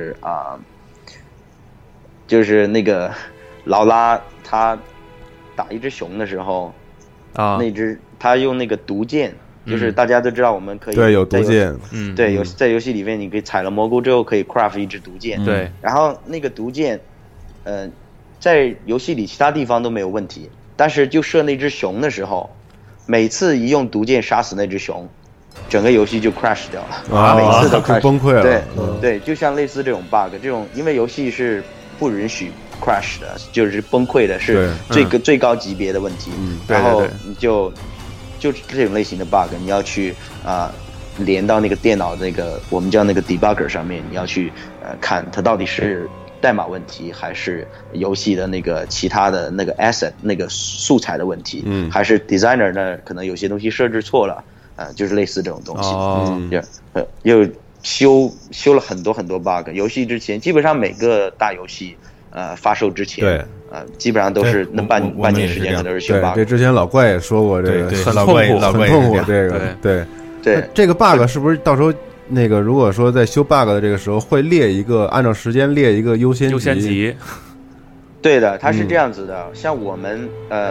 就是那个劳拉他打一只熊的时候，那只他用那个毒箭，就是大家都知道我们可以有毒箭， 在游戏里面你可以采了蘑菇之后可以 craft 一支毒箭， 对， 然后那个毒箭，在游戏里其他地方都没有问题，但是就射那只熊的时候，每次一用毒箭杀死那只熊，整个游戏就 crash 掉了，每次都 crash 崩溃了。 对，就像类似这种 bug， 这种因为游戏是不允许 crash 的，就是崩溃的，是最高级别的问题。然后你就就是这种类型的 bug， 你要去连到那个电脑那个我们叫那个 debugger 上面，你要去看它到底是代码问题，还是游戏的那个其他的那个 asset 那个素材的问题，还是 designer 那可能有些东西设置错了，就是类似这种东西，又修了很多很多 bug。游戏之前基本上每个大游戏发售之前， 对， 基本上都是那半年时间都是修 bug。 对，之前老怪也说过这个， 很痛苦这个，对。这个 bug 是不是到时候那个如果说在修 bug 的这个时候会列一个按照时间列一个优先级？ 对的，它是这样子的。像我们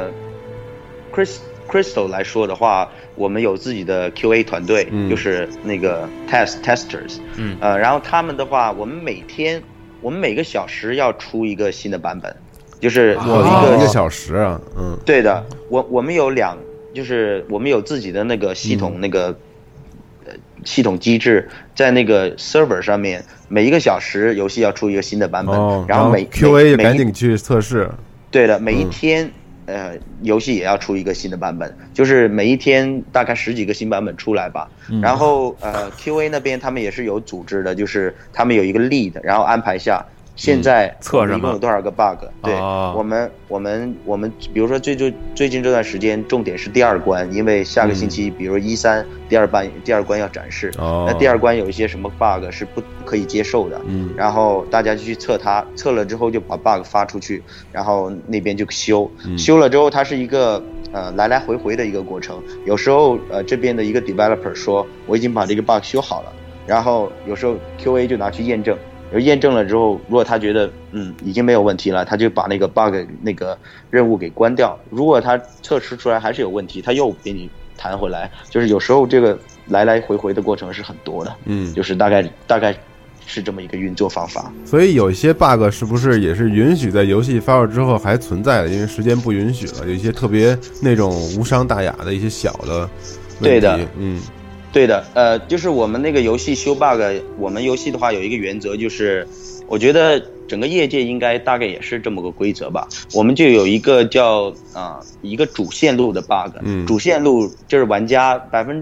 Crystal 来说的话，我们有自己的 QA 团队，就是那个 testers，然后他们的话，我们每个小时要出一个新的版本，就是一个小时啊， 对的，我们有就是我们有自己的那个系统那个。系统机制在那个 server 上面，每一个小时游戏要出一个新的版本，然后 QA 也赶紧去测试。 对的，每一天游戏也要出一个新的版本，就是每一天大概10几个新版本出来吧。然后QA 那边他们也是有组织的，就是他们有一个 lead， 然后安排下。现在测什么？ 一共有多少个 bug？ 对，我们比如说最近这段时间，重点是第二关，因为下个星期，比如13第二关要展示，那第二关有一些什么 bug 是不可以接受的，然后大家就去测它，测了之后就把 bug 发出去，然后那边就修了之后，它是一个来来回回的一个过程。有时候这边的一个 developer 说我已经把这个 bug 修好了，然后有时候 QA 就拿去验证。验证了之后，如果他觉得已经没有问题了，他就把那个 bug 那个任务给关掉。如果他测试出来还是有问题，他又给你弹回来。就是有时候这个来来回回的过程是很多的，就是大概是这么一个运作方法。 所以有一些 bug 是不是也是允许在游戏发售之后还存在的？因为时间不允许了，有一些特别那种无伤大雅的一些小的问题。 对的，对的，就是我们那个游戏修 bug， 我们游戏的话有一个原则，就是我觉得整个业界应该大概也是这么个规则吧。我们就有一个叫一个主线路的 bug，主线路就是玩家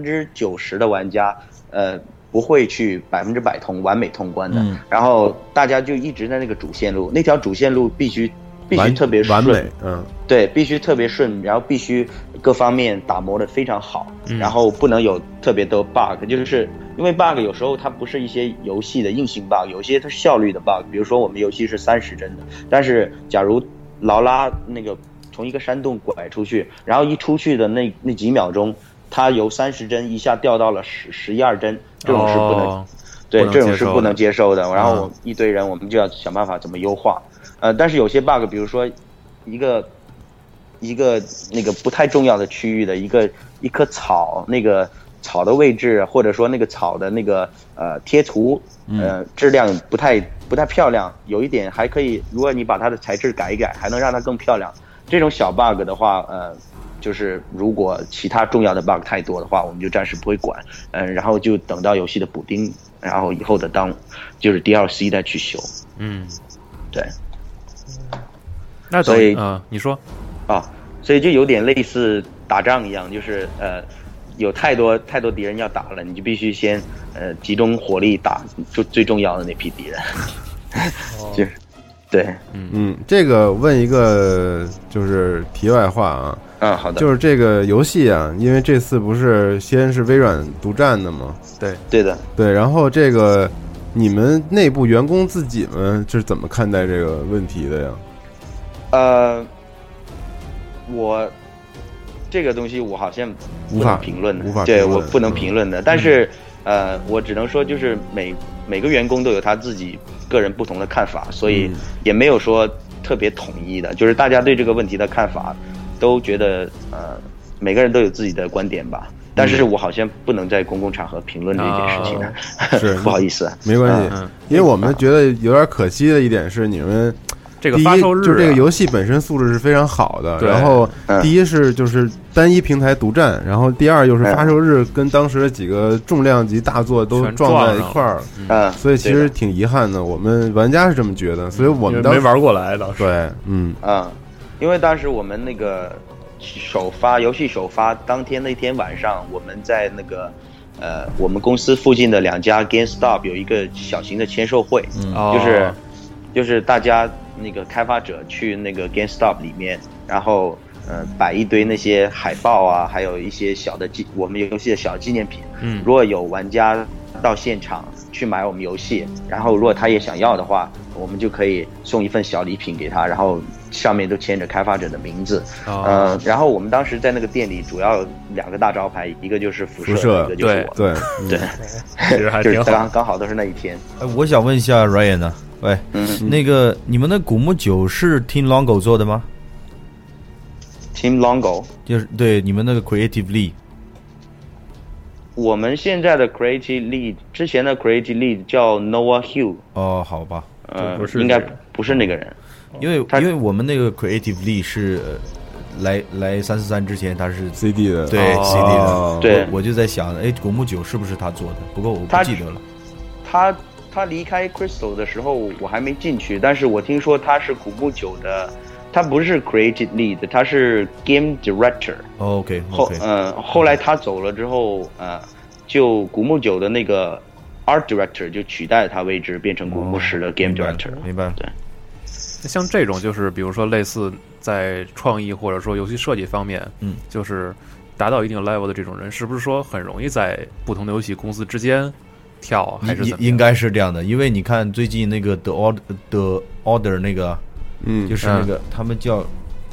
90%的玩家不会去100%完美通关的，然后大家就一直在那个主线路，那条主线路必须特别顺， 完美， 对，必须特别顺，然后必须各方面打磨的非常好，然后不能有特别多 bug， 就是因为 bug 有时候它不是一些游戏的硬性 bug， 有些它是效率的 bug， 比如说我们游戏是30帧的，但是假如劳拉那个从一个山洞拐出去，然后一出去的那几秒钟，它由30帧一下掉到了12帧，这种是不能，对，这种是不能接受的。然后一堆人我们就要想办法怎么优化。但是有些 bug， 比如说一个那个不太重要的区域的一棵草，那个草的位置，或者说那个草的那个贴图，质量不太漂亮，有一点还可以，如果你把它的材质改一改，还能让它更漂亮。这种小 bug 的话，就是如果其他重要的 bug 太多的话，我们就暂时不会管，然后就等到游戏的补丁，然后以后的就是 DLC 再去修。对。 那所以你说所以就有点类似打仗一样，就是有太多敌人要打了，你就必须先集中火力打就最重要的那批敌人。就是对， 这个问一个就是题外话啊， 好的， 就是这个游戏啊，因为这次不是先是微软独占的吗？ 对的， 对，然后这个你们内部员工自己们是怎么看待这个问题的呀？ 我这个东西我好像无法评论的，对，我不能评论的。但是我只能说，就是每个员工都有他自己个人不同的看法，所以也没有说特别统一的，就是大家对这个问题的看法都觉得每个人都有自己的观点吧。但是我好像不能在公共场合评论这件事情的， 是不好意思， 没关系，因为我们觉得有点可惜的一点是你们。 这个发售日， 就这个游戏本身素质是非常好的，然后第一是就是单一平台独占，然后第二又是发售日跟当时的几个重量级大作都撞在一块儿，所以其实挺遗憾的。我们玩家是这么觉得，所以我们没玩过来的， 对， 因为当时我们那个游戏首发当天那天晚上，我们在那个我们公司附近的2家 GameStop 有一个小型的签售会，就是大家那个开发者去那个 GameStop 里面，然后摆一堆那些海报啊，还有一些小的我们游戏的小纪念品。如果有玩家到现场去买我们游戏，然后如果他也想要的话，我们就可以送一份小礼品给他，然后上面都签着开发者的名字。然后我们当时在那个店里主要有2个大招牌，一个就是辐射，一个就是我。对， 其实还挺好， 就是刚好都是那一天。 我想问一下 Ryan 呢，喂，那个你们的古墓9是 Team Longo 做的吗？ Team Longo 就是对你们那个 Creative Lead。 我们现在的 Creative Lead 之前的 Creative Lead 叫 Noah Hugh。 好吧， 应该不是那个人， 因为我们那个 Creative Lead 是来343之前他是 CD 的， 对 CD 的， 对， 我就在想，古墓9是不是他做的？不过我不记得了。 他离开 Crystal 的时候我还没进去，但是我听说他是古墓9的。他不是 Creative Lead， 他是 Game Director。OK， 后来他走了之后，就古墓9的那个 Art Director 就取代了他位置，变成古墓10的 Game Director。 明白。 对。 像这种就是比如说类似在创意或者说游戏设计方面，就是达到一定 level 的这种人，是不是说很容易在不同的游戏公司之间跳，还是怎么样？ 应该是这样的，因为你看最近那个 The Order 那个。就是那个他们叫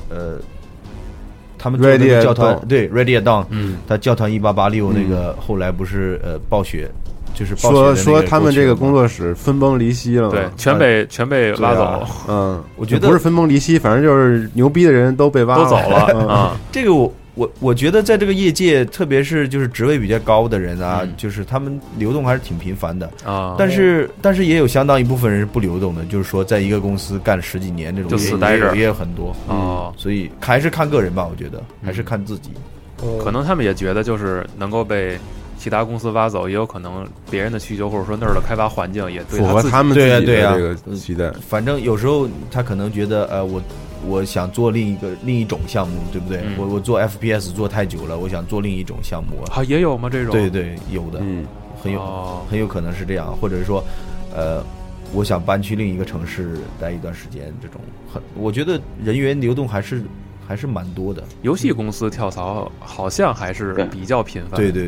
他们做那个教团，对 Ready at Dawn，他教团1886那个后来不是暴雪，就是暴雪的说他们这个工作室分崩离析了， 对，全被拉走。 我觉得不是分崩离析，反正就是牛逼的人都被挖都走了。 这个我觉得在这个业界，特别是就是职位比较高的人啊，就是他们流动还是挺频繁的啊。但是也有相当一部分人是不流动的，就是说在一个公司干了10几年这种就死待着也有很多所以还是看个人吧，我觉得还是看自己。 可能他们也觉得就是能够被其他公司挖走，也有可能别人的需求或者说那儿的开发环境也对符合他们自己的这个期待。 反正有时候他可能觉得我想做另一种项目，对不对？我做 FPS 做太久了，我想做另一种项目啊，也有吗？这种对有的，很有可能是这样，或者说我想搬去另一个城市待一段时间，这种我觉得人员流动还是蛮多的。 游戏公司跳槽好像还是比较频繁。 对，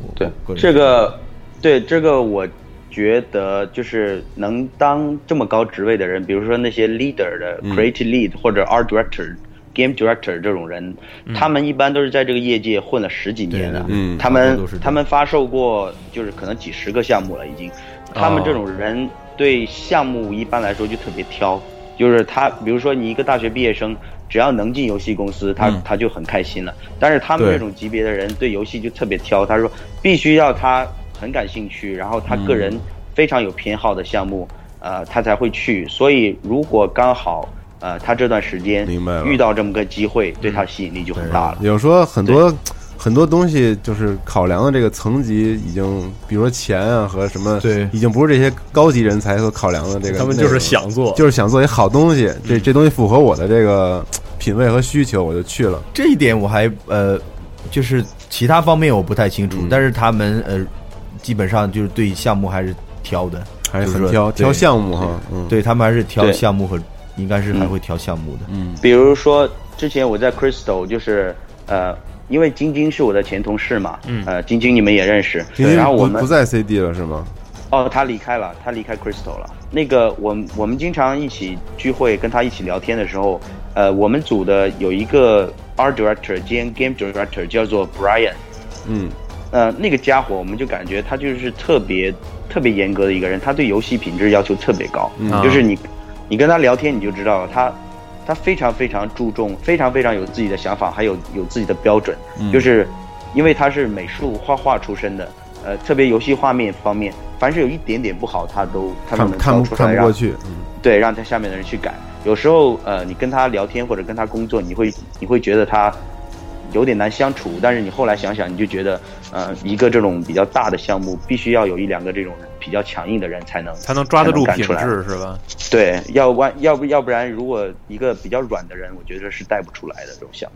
这个我觉得就是能当这么高职位的人，比如说那些 leader 的 creative lead 或者 art director、game director 这种人，他们一般都是在这个业界混了10几年了。他们发售过就是可能几10个项目了已经。他们这种人对项目一般来说就特别挑，就是他比如说你一个大学毕业生，只要能进游戏公司，他就很开心了。但是他们这种级别的人对游戏就特别挑，他说必须要他很感兴趣，然后他个人非常有偏好的项目，他才会去。所以如果刚好他这段时间遇到这么个机会，对他吸引力就很大了。 有说很多东西就是考量的这个层级已经，比如说钱啊和什么， 对， 已经不是这些高级人才所考量的这个。 他们就是想做一好东西，这东西符合我的这个品味和需求，我就去了。 这一点我还就是其他方面我不太清楚，但是他们基本上就是对项目还是挑的， 还是很挑项目哈。 对他们还是挑项目和应该是还会挑项目的。 比如说之前我在 Crystal 就是因为晶晶是我的前同事嘛，晶晶你们也认识，然后我们不在 CD 了是吗？ 他离开了，他离开 Crystal 了。那个我们经常一起聚会，跟他一起聊天的时候，我们组的有一个 Art Director 兼 Game Director 叫做 Brian，那个家伙我们就感觉他就是特别严格的一个人，他对游戏品质要求特别高，就是你跟他聊天你就知道他非常非常注重，非常非常有自己的想法，还有自己的标准，就是因为他是美术画画出身的，特别游戏画面方面，凡是有一点点不好，他都能挑出来， 看不过去， 对，让他下面的人去改。有时候你跟他聊天或者跟他工作，你会觉得他有点难相处，但是你后来想想，你就觉得一个这种比较大的项目，必须要有1-2个这种比较强硬的人才能抓得住品质，是吧？ 对，要不然如果一个比较软的人，我觉得是带不出来的这种项目。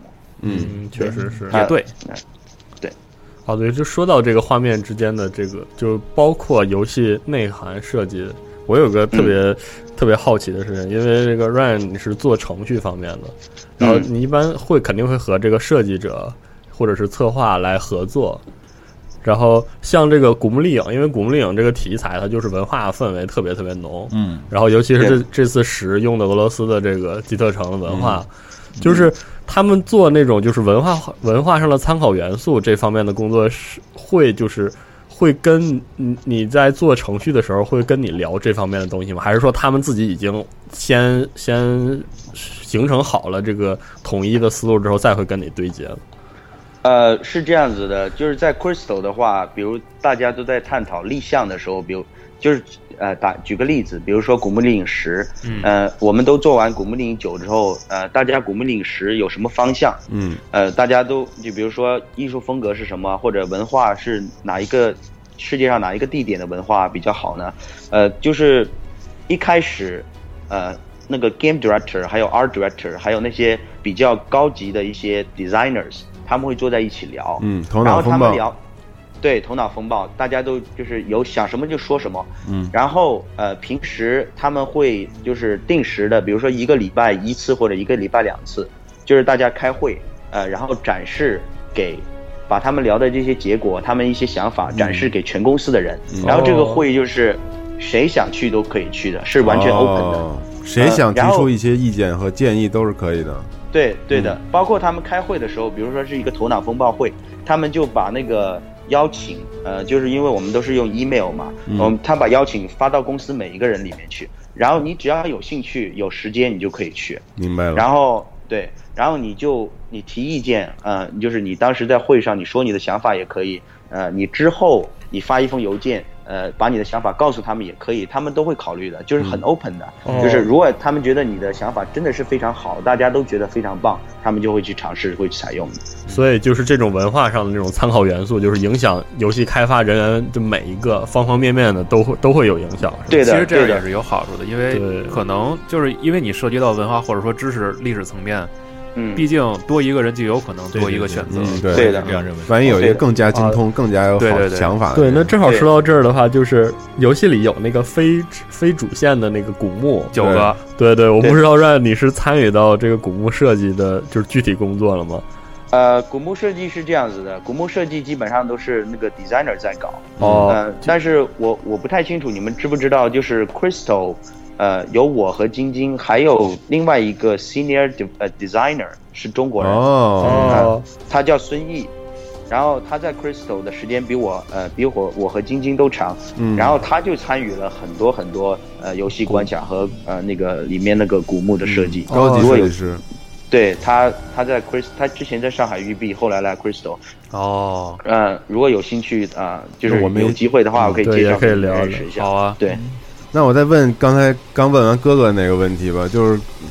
确实是， 也对。 哦，对，就说到这个画面之间的这个，就包括游戏内涵设计，我有个特别好奇的事情，因为这个 Ryan 你是做程序方面的，然后你一般肯定会和这个设计者或者是策划来合作。然后像这个古墓丽影，因为古墓丽影这个题材它就是文化氛围特别浓，然后尤其是这次10用的俄罗斯的这个基特城的文化，就是他们做那种就是文化上的参考元素这方面的工作是会跟你在做程序的时候会跟你聊这方面的东西吗？还是说他们自己已经先形成好了这个统一的思路之后再会跟你对接了？ 是这样子的，就是在 Crystal 的话，比如大家都在探讨立项的时候，比如就是举个例子，比如说古墓丽影10，我们都做完古墓丽影9之后，大家古墓丽影10有什么方向？大家都就比如说艺术风格是什么，或者文化是哪一个世界上哪一个地点的文化比较好呢？就是一开始那个 Game Director 还有 Art Director 还有那些比较高级的一些 Designers。他们会坐在一起聊， 头脑风暴，然后他们聊，对，头脑风暴，大家都就是有想什么就说什么，然后平时他们会就是定时的，比如说1个礼拜1次或者1个礼拜2次，就是大家开会，然后展示把他们聊的这些结果，他们一些想法展示给全公司的人，然后这个会就是谁想去都可以去的，是完全 open 的， 谁想提出一些意见和建议都是可以的。 对的，包括他们开会的时候，比如说是一个头脑风暴会，他们就把那个邀请，就是因为我们都是用 email 嘛，他把邀请发到公司每一个人里面去，然后你只要有兴趣、有时间，你就可以去。 明白了。 然后你提意见，就是你当时在会上你说你的想法也可以，你之后你发一封邮件。把你的想法告诉他们也可以，他们都会考虑的，就是很 open 的，就是如果他们觉得你的想法真的是非常好，大家都觉得非常棒，他们就会去尝试，会去采用的。 所以就是这种文化上的那种参考元素，就是影响游戏开发人员的每一个方方面面的都会有影响。 对的， 其实这样也是有好处的，因为可能就是因为你涉及到文化或者说知识历史层面。毕竟多一个人就有可能多一个选择， 对的， 这样认为。 万一有一个更加精通、更加有好想法的， 对，那正好说到这儿的话，就是游戏里有那个非主线的那个古墓 9个， 对，我不知道让你是参与到这个古墓设计的，就是具体工作了吗？ 古墓设计是这样子的，古墓设计基本上都是那个 designer 在搞，但是我不太清楚你们知不知道，就是 Crystal。有我和晶晶，还有另外一个 senior designer 是中国人，他叫孙毅，然后他在 Crystal 的时间比我和晶晶都长，然后他就参与了很多游戏关卡和那个里面那个古墓的设计， 高级设计师。 对，他在 他之前在上海育碧，后来来 Crystal。如果有兴趣就是我们有机会的话，我可以介绍给你认识一下。 好啊， 对。 那我再问刚问完哥哥那个问题吧，就是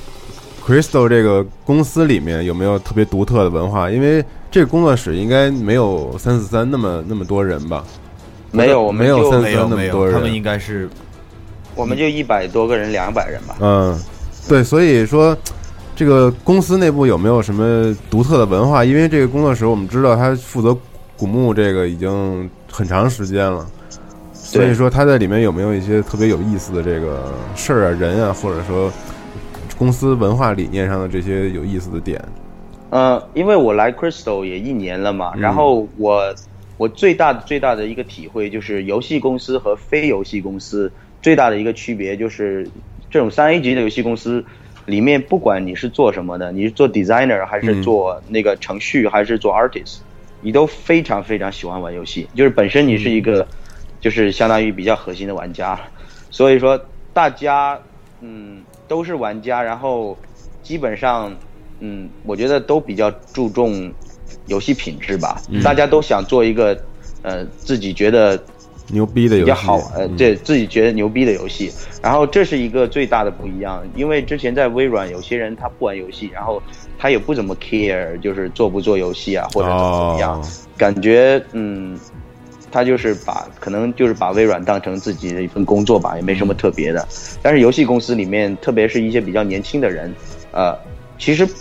Crystal 这个公司里面有没有特别独特的文化？因为这个工作室应该没有343那么多人吧？ 没有 343那么多人， 他们应该是， 我们就100多个人200人吧。 对，所以说这个公司内部有没有什么独特的文化？因为这个工作室我们知道他负责古墓这个已经很长时间了。所以说他在里面有没有一些特别有意思的这个事儿啊、人啊，或者说公司文化理念上的这些有意思的点？ 因为我来 Crystal 也1年了嘛，然后我最大的一个体会就是游戏公司和非游戏公司最大的一个区别就是这种3A 级的游戏公司里面，不管你是做什么的，你是做 designer 还是做那个程序还是做 artist，你都非常非常喜欢玩游戏，就是本身你是一个就是相当于比较核心的玩家，所以说大家都是玩家，然后基本上我觉得都比较注重游戏品质吧，大家都想做一个自己觉得牛逼的游戏， 比较好对自己觉得牛逼的游戏，然后这是一个最大的不一样，因为之前在微软有些人他不玩游戏，然后他也不怎么 care 就是做不做游戏啊或者怎么样，感觉他就是可能就是把微软当成自己的一份工作吧，也没什么特别的。但是游戏公司里面，特别是一些比较年轻的人，其实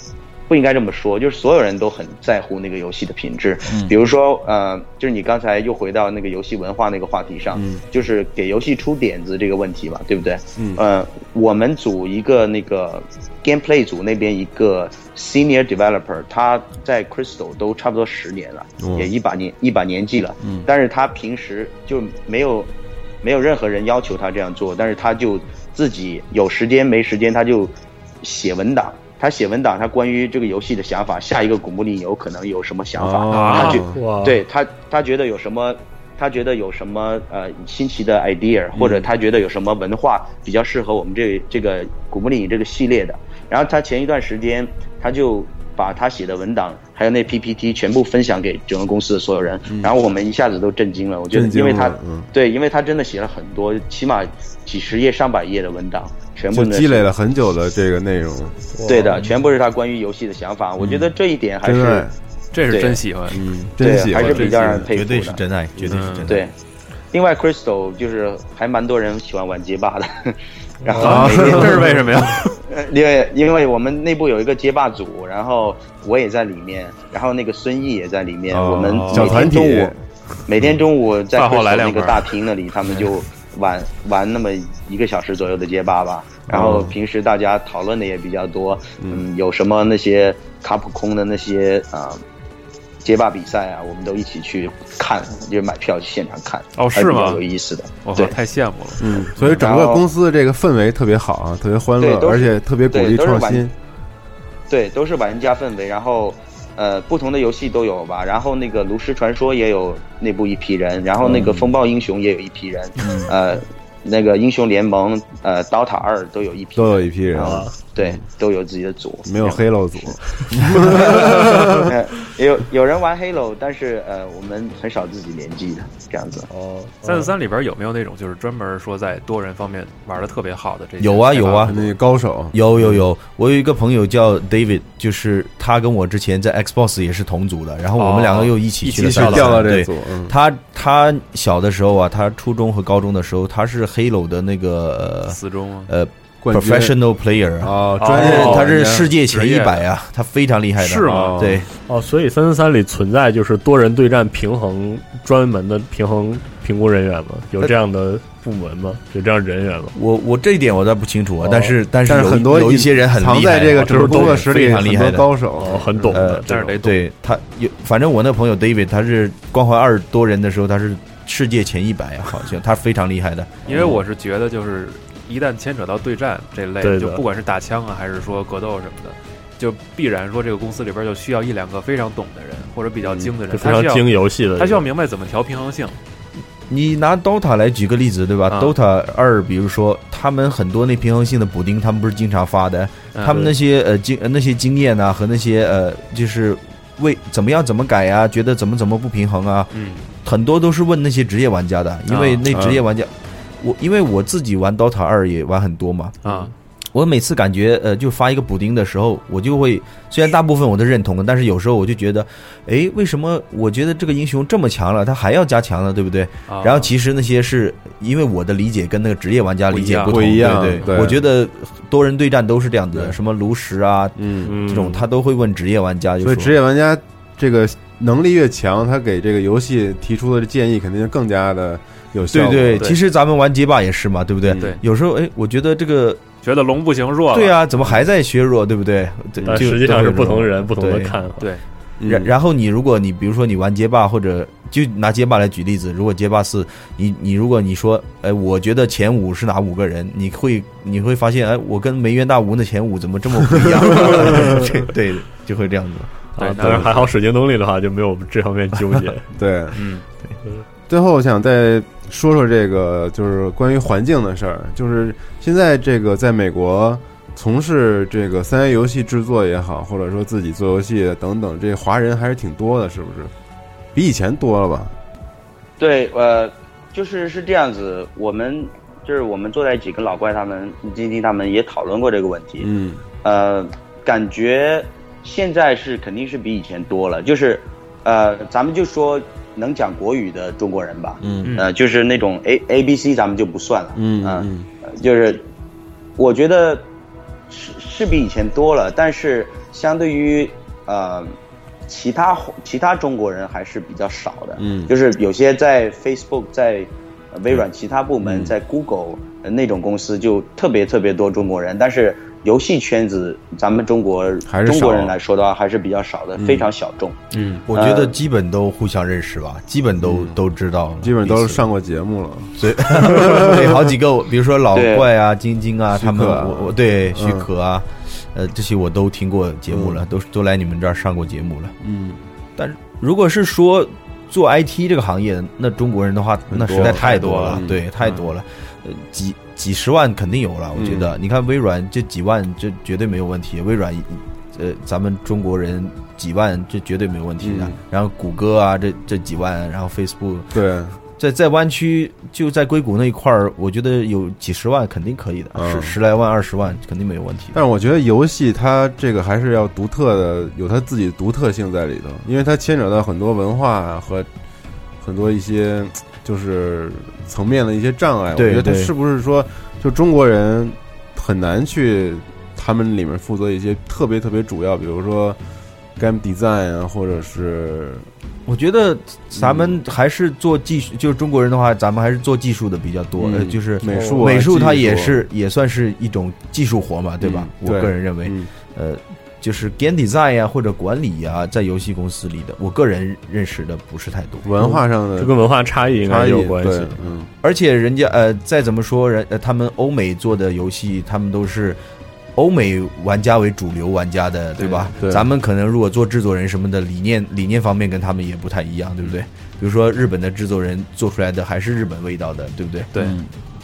不应该这么说，就是所有人都很在乎那个游戏的品质。比如说就是你刚才又回到那个游戏文化那个话题上，就是给游戏出点子这个问题嘛，对不对？我们组一个那个 gameplay 组那边一个 senior developer， 他在 Crystal 都差不多10年了，也一把年纪了，但是他平时就没有任何人要求他这样做，但是他就自己有时间没时间他就写文档。他写文档，他关于这个游戏的想法，下一个古墓丽影有可能有什么想法？对他觉得有什么，新奇的 idea， 或者他觉得有什么文化比较适合我们这个古墓丽影这个系列的。然后他前一段时间，他就把他写的文档还有那 PPT 全部分享给整个公司的所有人，然后我们一下子都震惊了。我觉得，因为他真的写了很多，起码几十页、上百页的文档。全部积累了很久的这个内容， 对的，全部是他关于游戏的想法。我觉得这一点还是， 这是真喜欢， 真喜欢， 还是比较让人佩服的， 绝对是真爱，绝对是真爱。 对，另外 Crystal 就是还蛮多人喜欢玩街霸的，然后这是为什么呀？ 因为我们内部有一个街霸组，然后我也在里面，然后那个孙毅也在里面，我们每天中午在 Crystal 那个大厅那里，他们就玩那么1个小时左右的街霸吧，然后平时大家讨论的也比较多，有什么那些卡普空的那些街霸比赛啊，我们都一起去看，就买票去现场看。 是吗？ 比较有意思的， 对，太羡慕了。 所以整个公司的这个氛围特别好啊，特别欢乐，而且特别鼓励创新。 对，都是玩家氛围，然后。不同的游戏都有吧，然后那个炉石传说也有内部一批人，然后那个风暴英雄也有一批人，那个英雄联盟DOTA 2都有一批人啊，对，都有自己的组， 没有 Halo 组。 有人玩 Halo， 但是我们很少自己联机的这样子。 343里边有没有那种就是专门说在多人方面玩的特别好的这些？ 有啊， 那高手有。我有一个朋友叫 David， 就是他跟我之前在 Xbox 也是同组的，然后我们两个又一起去了调到这组。 他小的时候啊，他初中和高中的时候，他是 Halo 的那个死忠 professional player 啊，专业， 他是世界前100啊，他非常厉害的。 是吗？ 对。 所以343里存在就是多人对战平衡专门的平衡评估人员吗？有这样的部门吗？有这样人员吗？ 我这一点我倒不清楚啊，但是很多有一些人很厉害， 藏在这个整个工作室里非常厉害的高手， 很懂的。 但是得懂。 对他有，反正我那朋友 David， 他是光环2多人的时候，他是世界前100啊，好像他非常厉害的。 因为我是觉得就是一旦牵扯到对战这类，就不管是打枪啊，还是说格斗什么的，就必然说这个公司里边就需要1-2个非常懂的人，或者比较精的人， 非常精游戏的人， 他需要明白怎么调平衡性。 你拿 DOTA 来举个例子，对吧？DOTA 2，比如说他们很多那平衡性的补丁，他们不是经常发的，他们那些那些经验啊和那些就是为怎么改啊，觉得怎么不平衡啊，很多都是问那些职业玩家的，因为那职业玩家。因为我自己玩 DOTA 2也玩很多嘛，我每次感觉就发一个补丁的时候，我就会虽然大部分我都认同的，但是有时候我就觉得，为什么我觉得这个英雄这么强了，他还要加强了，对不对？然后其实那些是因为我的理解跟那个职业玩家理解不一样， 对，我觉得多人对战都是这样子的，什么炉石啊，这种他都会问职业玩家， 所以职业玩家这个能力越强，他给这个游戏提出的建议肯定就更加的。有效果。 对，其实咱们玩街霸也是嘛，对不对？ 对， 有时候我觉得这个觉得龙不行弱了， 对啊，怎么还在削弱，对不对？ 但实际上是不同人不同的看法。 对， 然后如果你比如说你玩街霸，或者就拿街霸来举例子，如果街霸4，你如果你说，我觉得前5是哪5个人，你会发现，我跟梅渊大吴的前5怎么这么不一样？对，就会这样子。 当然还好，水晶动力的话就没有这方面纠结。 对，最后我想再说说这个，就是关于环境的事儿。就是现在这个在美国从事这个3A 游戏制作也好，或者说自己做游戏等等，这华人还是挺多的，是不是？比以前多了吧？ 对，就是这样子。我们坐在一起跟老怪他们、晶晶他们也讨论过这个问题。感觉现在肯定是比以前多了。就是咱们就说。能讲国语的中国人吧，就是那种 ABC 咱们就不算了，就是我觉得是比以前多了，但是相对于其他中国人还是比较少的。就是有些在 Facebook 在微软其他部门在 Google 那种公司就特别多中国人，但是游戏圈子咱们中国人来说的话还是比较少的，非常小众。 我觉得基本都互相认识吧，基本都知道， 基本都上过节目了。 所以对好几个，比如说老怪啊、晶晶啊，他们我对许可啊，这些我都听过节目了，都来你们这儿上过节目了。但是如果是说做 IT 这个行业，那中国人的话，那实在太多了，对，太多了，几十万肯定有了，我觉得。你看微软这几万，这绝对没有问题。微软，咱们中国人几万，这绝对没有问题的。然后谷歌啊，这几万，然后 Facebook， 对，在湾区就在硅谷那一块儿，我觉得有几十万肯定可以的，十来万、20万肯定没有问题。 但是我觉得游戏它这个还是要独特的，有它自己的独特性在里头，因为它牵扯到很多文化和很多一些就是层面的一些障碍。我觉得它是不是说，就中国人很难去他们里面负责一些特别主要，比如说 game design 啊，或者是。 我觉得咱们还是做技术，就是中国人的话，咱们还是做技术的比较多。就是美术它也算是一种技术活嘛，对吧？我个人认为，就是 game design 啊或者管理啊，在游戏公司里的，我个人认识的不是太多。 文化上的这跟文化差异应该有关系。 而且人家再怎么说他们欧美做的游戏，他们都是。欧美玩家为主流玩家的，对吧？对，咱们可能如果做制作人什么的理念方面跟他们也不太一样，对不对？比如说日本的制作人做出来的还是日本味道的，对不对？ 对。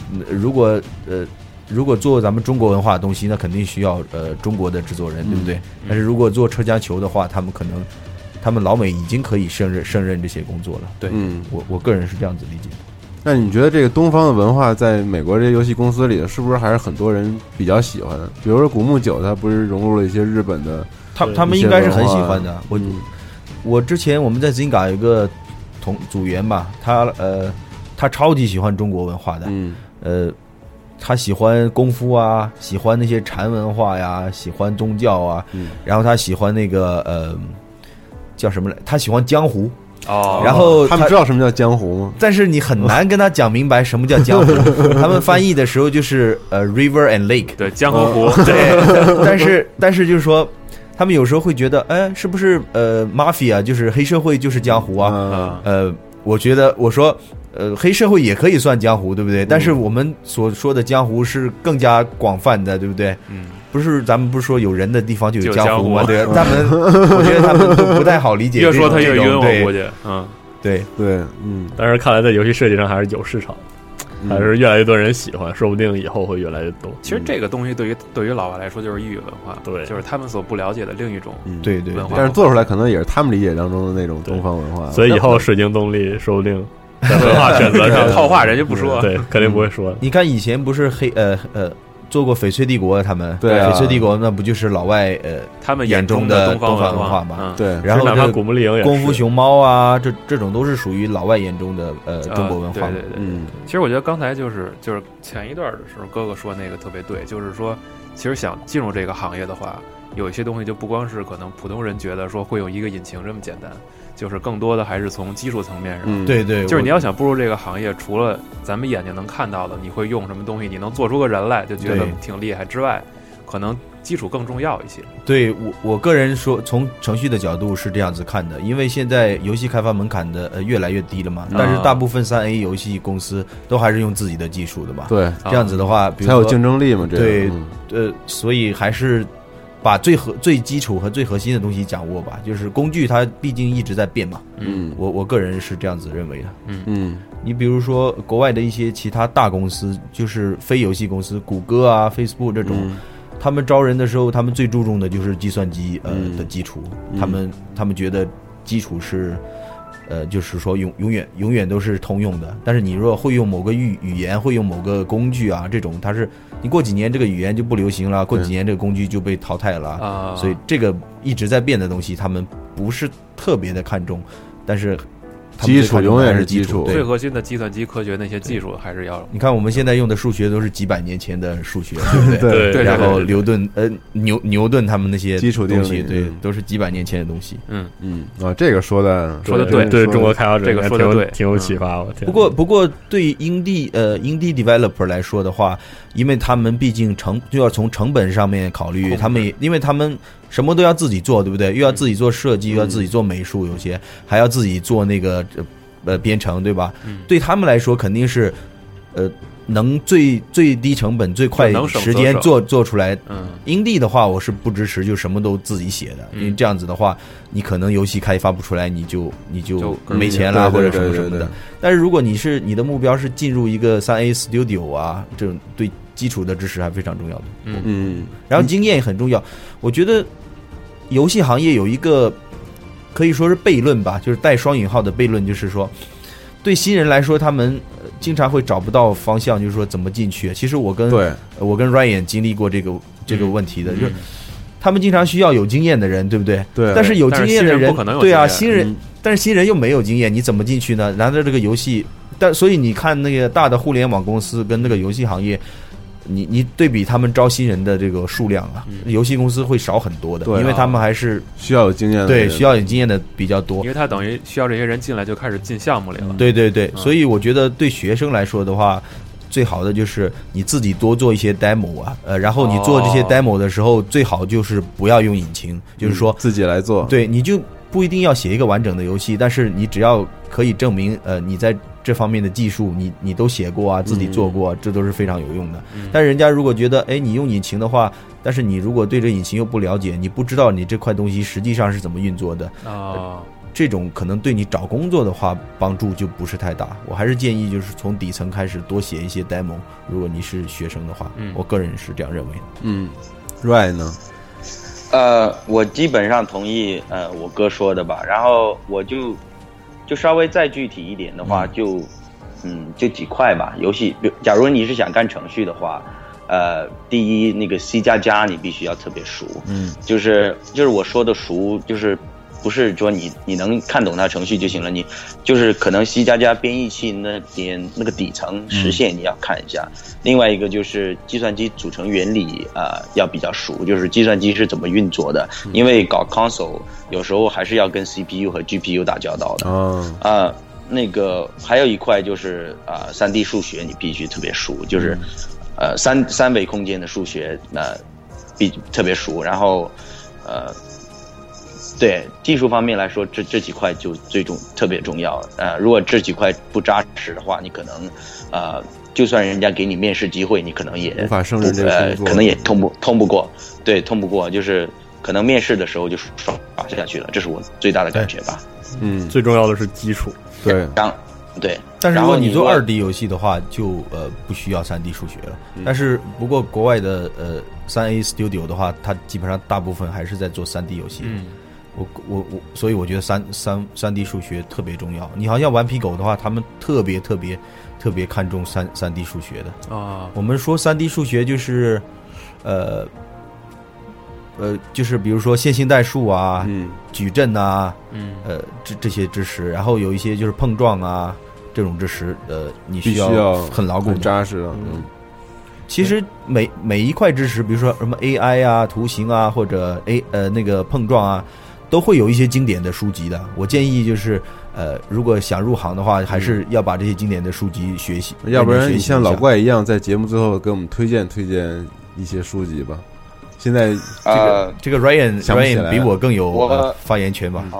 如果做咱们中国文化的东西，那肯定需要中国的制作人，对不对？但是如果做车间球的话，他们老美已经可以胜任这些工作了。对，我个人是这样子理解的。 那你觉得这个东方的文化在美国这些游戏公司里，是不是还是很多人比较喜欢的？比如说古墓9，它不是融入了一些日本的， 他们应该是很喜欢的。我之前我们在 Zynga 有一个组员嘛，他超级喜欢中国文化的，他喜欢功夫啊，喜欢那些禅文化呀，喜欢宗教啊，然后他喜欢那个叫什么来？他喜欢江湖。然后他们知道什么叫江湖吗？ 但是你很难跟他讲明白什么叫江湖。他们翻译的时候就是river and lake， 对，江河湖。 对，但是就是说，他们有时候会觉得，是不是mafia 就是黑社会就是江湖啊？我觉得我说黑社会也可以算江湖，对不对？但是我们所说的江湖是更加广泛的，对不对？不是，咱们不是说有人的地方就有江湖吗？对，他们，我觉得他们都不太好理解。 越说他越晕，我估计， 对， 但是看来在游戏设计上还是有市场，还是越来越多人喜欢，说不定以后会越来越多。 其实这个东西对于老外来说就是异域文化，对，就是他们所不了解的另一种对文化。 但是做出来可能也是他们理解当中的那种东方文化。 所以以后水晶动力说不定在文化选择上套话，人家不说， 对，肯定不会说。 你看以前不是做过翡翠帝国，他们对翡翠帝国那不就是老外他们眼中的东方文化嘛？ 对， 然后哪怕古墓丽影也是功夫熊猫啊，这种都是属于老外眼中的中国文化。 对，其实我觉得刚才就是前一段的时候，哥哥说那个特别对，就是说，其实想进入这个行业的话，有一些东西就不光是可能普通人觉得说会有一个引擎这么简单。就是更多的还是从技术层面上， 对， 就是你要想步入这个行业，除了咱们眼睛能看到的，你会用什么东西，你能做出个人来，就觉得挺厉害之外，可能基础更重要一些。 对，我个人说，从程序的角度是这样子看的，因为现在游戏开发门槛的越来越低了嘛，但是大部分3A 游戏公司都还是用自己的技术的嘛， 对， 这样子的话，比如才有竞争力嘛， 对，所以还是。把最基础和最核心的东西掌握吧，就是工具它毕竟一直在变嘛。我个人是这样子认为的。你比如说国外的一些其他大公司，就是非游戏公司，谷歌啊、Facebook 这种，他们招人的时候，他们最注重的就是计算机的基础。他们觉得基础是就是说永远都是通用的。但是你如果会用某个语言，会用某个工具啊，这种它是你过几年这个语言就不流行了，过几年这个工具就被淘汰了啊。所以这个一直在变的东西，他们不是特别的看重，但是基础永远是基础， 最核心的计算机科学那些技术还是要。 你看我们现在用的数学都是几百年前的数学，对不对？ 对。 然后牛顿他们那些基础定理， 对，都是几百年前的东西。 这个说的对中国开发者这个说的对， 挺有启发。我天。 不过对indie developer 来说的话，因为他们毕竟就要从成本上面考虑，因为他们什么都要自己做，对不对？又要自己做设计，又要自己做美术，有些还要自己做那个编程，对吧？对他们来说肯定是能最低成本最快时间做出来。indie的话我是不支持就什么都自己写的，因为这样子的话你可能游戏开发不出来，你就没钱了或者什么什么的。但是如果你的目标是进入一个 3A Studio 啊，这种对基础的知识还非常重要的。然后经验也很重要。我觉得游戏行业有一个可以说是悖论吧，就是带双引号的悖论，就是说对新人来说他们经常会找不到方向，就是说怎么进去。其实我跟 Ryan 经历过这个问题的，就是他们经常需要有经验的人，对不对？ 对。 但是有经验的人，对啊，但是新人又没有经验，你怎么进去呢？拿着这个游戏，所以你看那个大的互联网公司跟那个游戏行业，你对比他们招新人的这个数量啊，游戏公司会少很多的，因为他们还是需要有经验的， 对，需要有经验的比较多， 因为他等于需要这些人进来就开始进项目里了。 对，所以我觉得对学生来说的话，最好的就是你自己多做一些 demo 啊，然后你做这些 demo 的时候，最好就是不要用引擎，就是说自己来做。 对，你就不一定要写一个完整的游戏，但是你只要可以证明你在这方面的技术你都写过啊，自己做过啊，这都是非常有用的。但是人家如果觉得你用引擎的话，但是你如果对这引擎又不了解，你不知道你这块东西实际上是怎么运作的这种可能对你找工作的话帮助就不是太大。我还是建议就是从底层开始多写一些 demo， 如果你是学生的话，我个人是这样认为的。 Right 呢？ 我基本上同意我哥说的吧，然后我就稍微再具体一点的话，就几块吧。游戏，假如你是想干程序的话，第一那个 C++ 你必须要特别熟，就是我说的熟，就是不是说你能看懂它程序就行了，你就是可能 C++ 编译器那个底层实现你要看一下。另外一个就是计算机组成原理要比较熟，就是计算机是怎么运作的，因为搞 console 有时候还是要跟 CPU 和 GPU 打交道的。那个还有一块就是3D 数学你必须特别熟，就是三维空间的数学特别熟，然后对技术方面来说，这几块就特别重要。如果这几块不扎实的话，你可能就算人家给你面试机会，你可能也无法胜任这个工作， 可能也通不过。对，通不过，就是可能面试的时候就刷下去了，这是我最大的感觉吧。 最重要的是基础。 对， 对。 但是如果你做2D 游戏的话，就不需要3D 数学了。但是不过国外的3A Studio 的话，它基本上大部分还是在做3D 游戏。所以我觉得3D 数学特别重要。你好像顽皮狗的话，他们特别看重3D 数学的啊。我们说3D 数学就是就是比如说线性代数啊，矩阵啊，这些知识，然后有一些就是碰撞啊这种知识，你需要很牢固、 很扎实的。 其实每一块知识，比如说什么 AI 啊、图形啊，或者那个碰撞啊，都会有一些经典的书籍的。我建议就是如果想入行的话，还是要把这些经典的书籍学习， 要不然你像老怪一样，在节目最后给我们推荐一些书籍吧。现在这个 Ryan 比我更有发言权吧？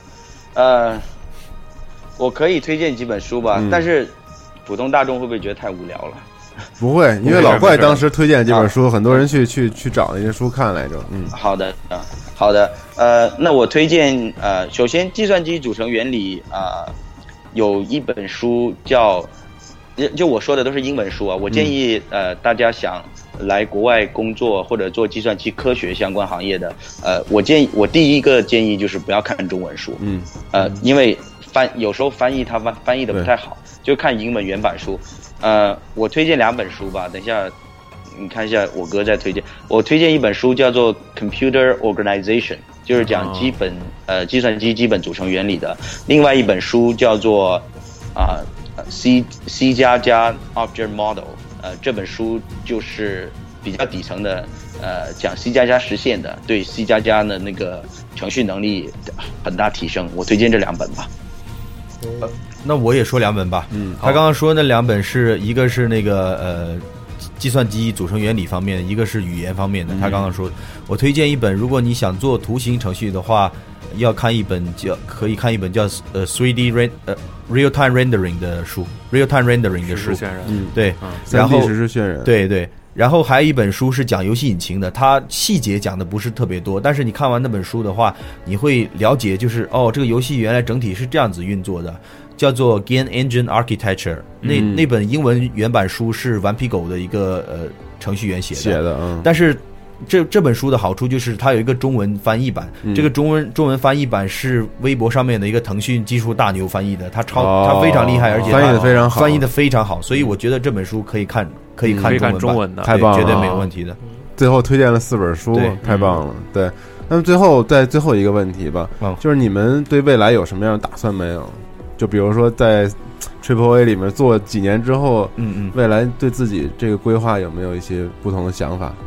我可以推荐几本书吧，但是普通大众会不会觉得太无聊了？ 不会，因为老怪当时推荐这本书，很多人去找那些书看来着。 好的，那我推荐首先计算机组成原理有一本书就我说的都是英文书啊，我建议大家想来国外工作或者做计算机科学相关行业的，我第一个建议就是不要看中文书，因为有时候翻译它翻译的不太好，就看英文原版书。我推荐2本书吧，等一下你看一下我哥再推荐。我推荐一本书叫做 Computer Organization， 就是讲计算机基本组成原理的。另外一本书叫做C++ Object Model， 这本书就是比较底层的，讲 C++ 实现的，对 C++ 的那个程序能力很大提升。我推荐这2本吧。 那我也说2本吧。他刚刚说那2本是一个是那个计算机组成原理方面的，一个是语言方面的。他刚刚说，我推荐一本，如果你想做图形程序的话，可以看一本叫3D Real Time Rendering 的书 ，Real Time Rendering 的书，对，然后实时渲染， 对对。然后还有一本书是讲游戏引擎的，它细节讲的不是特别多，但是你看完那本书的话，你会了解就是这个游戏原来整体是这样子运作的，叫做 Game Engine Architecture。那本英文原版书是顽皮狗的一个程序员写的，但是这本书的好处就是它有一个中文翻译版，这个中文翻译版是微博上面的一个腾讯技术大牛翻译的，它非常厉害，而且翻译的非常好，所以我觉得这本书可以看中文的， 太棒了， 绝对没有问题的。 最后推荐了4本书，太棒了。对，那么最后一个问题吧，就是你们对未来有什么样的打算没有？就比如说在 Triple A 里面做几年之后，未来对自己这个规划有没有一些不同的想法？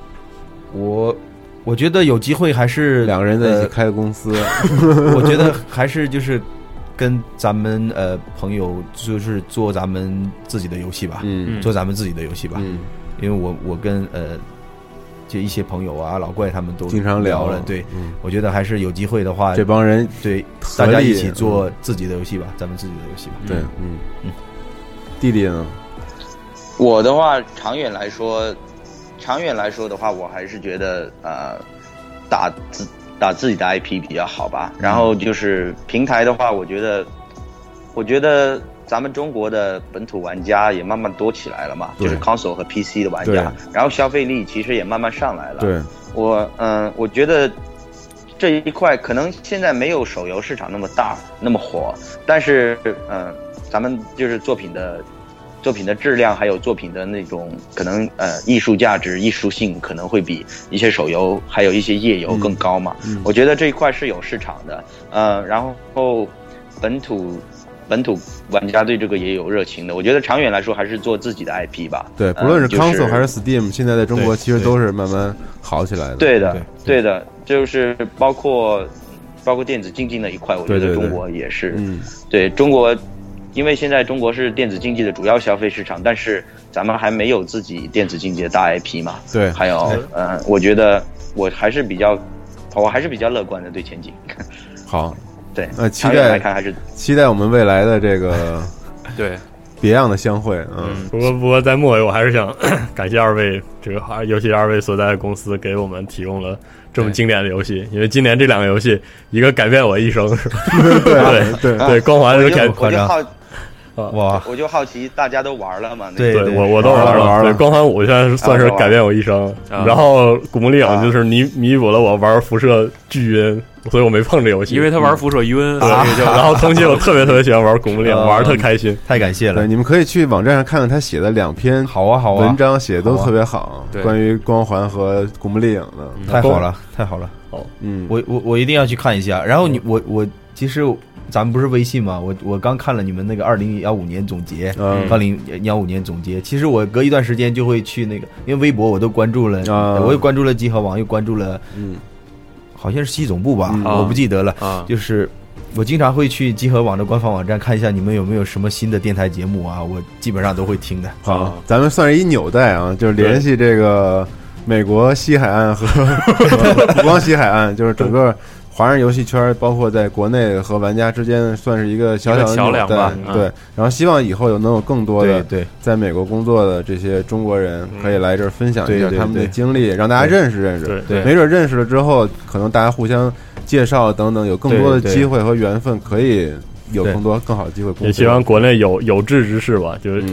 我觉得有机会还是 2个人在一起开个公司， 我觉得还是就是跟咱们朋友就是做咱们自己的游戏吧，做咱们自己的游戏吧，因为我跟就一些朋友啊老怪他们都经常聊了，对，我觉得还是有机会的话， 这帮人对大家一起做自己的游戏吧，咱们自己的游戏吧。 对，弟弟呢？ 我的话，长远来说的话，我还是觉得打自己的 IP 比较好吧。然后就是平台的话，我觉得咱们中国的本土玩家也慢慢多起来了嘛，就是 console 和 PC 的玩家，然后消费力其实也慢慢上来了。 对， 我觉得这一块可能现在没有手游市场那么大那么火，但是咱们就是作品的质量还有作品的那种可能艺术价值艺术性可能会比一些手游还有一些页游更高嘛。我觉得这一块是有市场的。然后本土玩家对这个也有热情的，我觉得长远来说还是做自己的 IP 吧。 对，不论是 console 还是 Steam， 现在在中国其实都是慢慢好起来的。 对的，就是包括电子竞技那一块，我觉得中国也是。对中国，因为现在中国是电子竞技的主要消费市场，但是咱们还没有自己电子竞技的大 IP 嘛。 对， 还有我觉得我还是比较乐观的对前景。 好。 对， 期待我们未来的这个对别样的相会。 不过在末尾我还是想感谢2位，尤其是2位所在的公司给我们提供了这么经典的游戏，因为今年这2个游戏，一个改变我一生，是吧？对，光环就夸张。我就好奇，大家都玩了嘛？ 对，我都玩了。对，光环5现在算是改变我一生，然后古墓丽影就是弥补了我玩辐射巨晕，所以我没碰这游戏， 因为他玩辐射晕， 然后腾讯我特别喜欢玩古墓丽影，玩特开心， 太感谢了。 你们可以去网站上看看他写的2篇文章，写的都特别好，关于光环和古墓丽影的， 太好了。我一定要去看一下。然后我其实。咱们不是微信吗？我刚看了你们那个2015年总结，2015年总结。其实我隔一段时间就会去那个，因为微博我都关注了，我又关注了集合网，又关注了，好像是西总部吧，我不记得了。就是我经常会去集合网的官方网站看一下你们有没有什么新的电台节目啊，我基本上都会听的。 好，咱们算是一纽带啊，就是联系这个美国西海岸和不光西海岸，就是整个。华人游戏圈包括在国内和玩家之间算是一个小小的桥梁吧， 对。然后希望以后能有更多的在美国工作的这些中国人可以来这儿分享一下他们的经历，让大家认识。没准认识了之后，可能大家互相介绍等等，有更多的机会和缘分，可以有更好的机会工作。 也希望国内有志之士吧，就是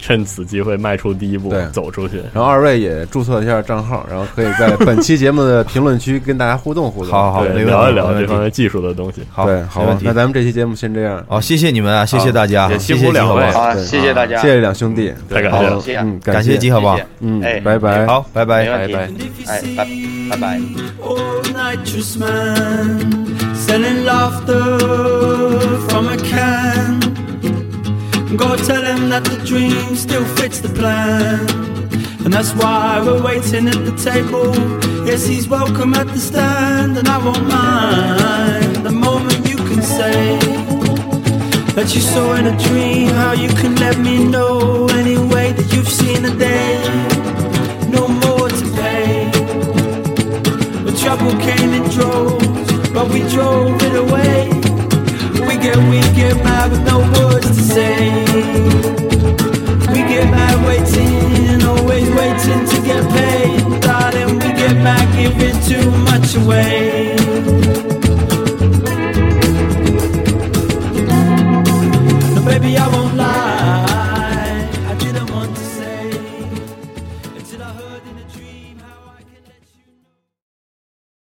趁此机会迈出第一步，走出去。 然后二位也注册一下账号，然后可以在本期节目的评论区跟大家互动互动。 好， 聊一聊这方面技术的东西。 好， 对，好，那咱们这期节目先这样。 好，谢谢你们啊，谢谢大家， 也辛苦两位， 好，谢谢大家， 谢谢两兄弟， 太感谢了， 感谢集合吧， 拜拜， 好，拜拜， 拜拜，拜拜。 Selling laughter from a can. Go tell him that the dream still fits the plan. And that's why we're waiting at the table. Yes, he's welcome at the stand, and I won't mind the moment you can say that you saw in a dream. How you can let me know anyway that you've seen a day. No more to pay. The trouble came in droves, but we drove it away. We get mad with no words to say. We get mad waiting, always waiting to get paid. Darling, we get mad giving too much away. No, baby, I won't lie.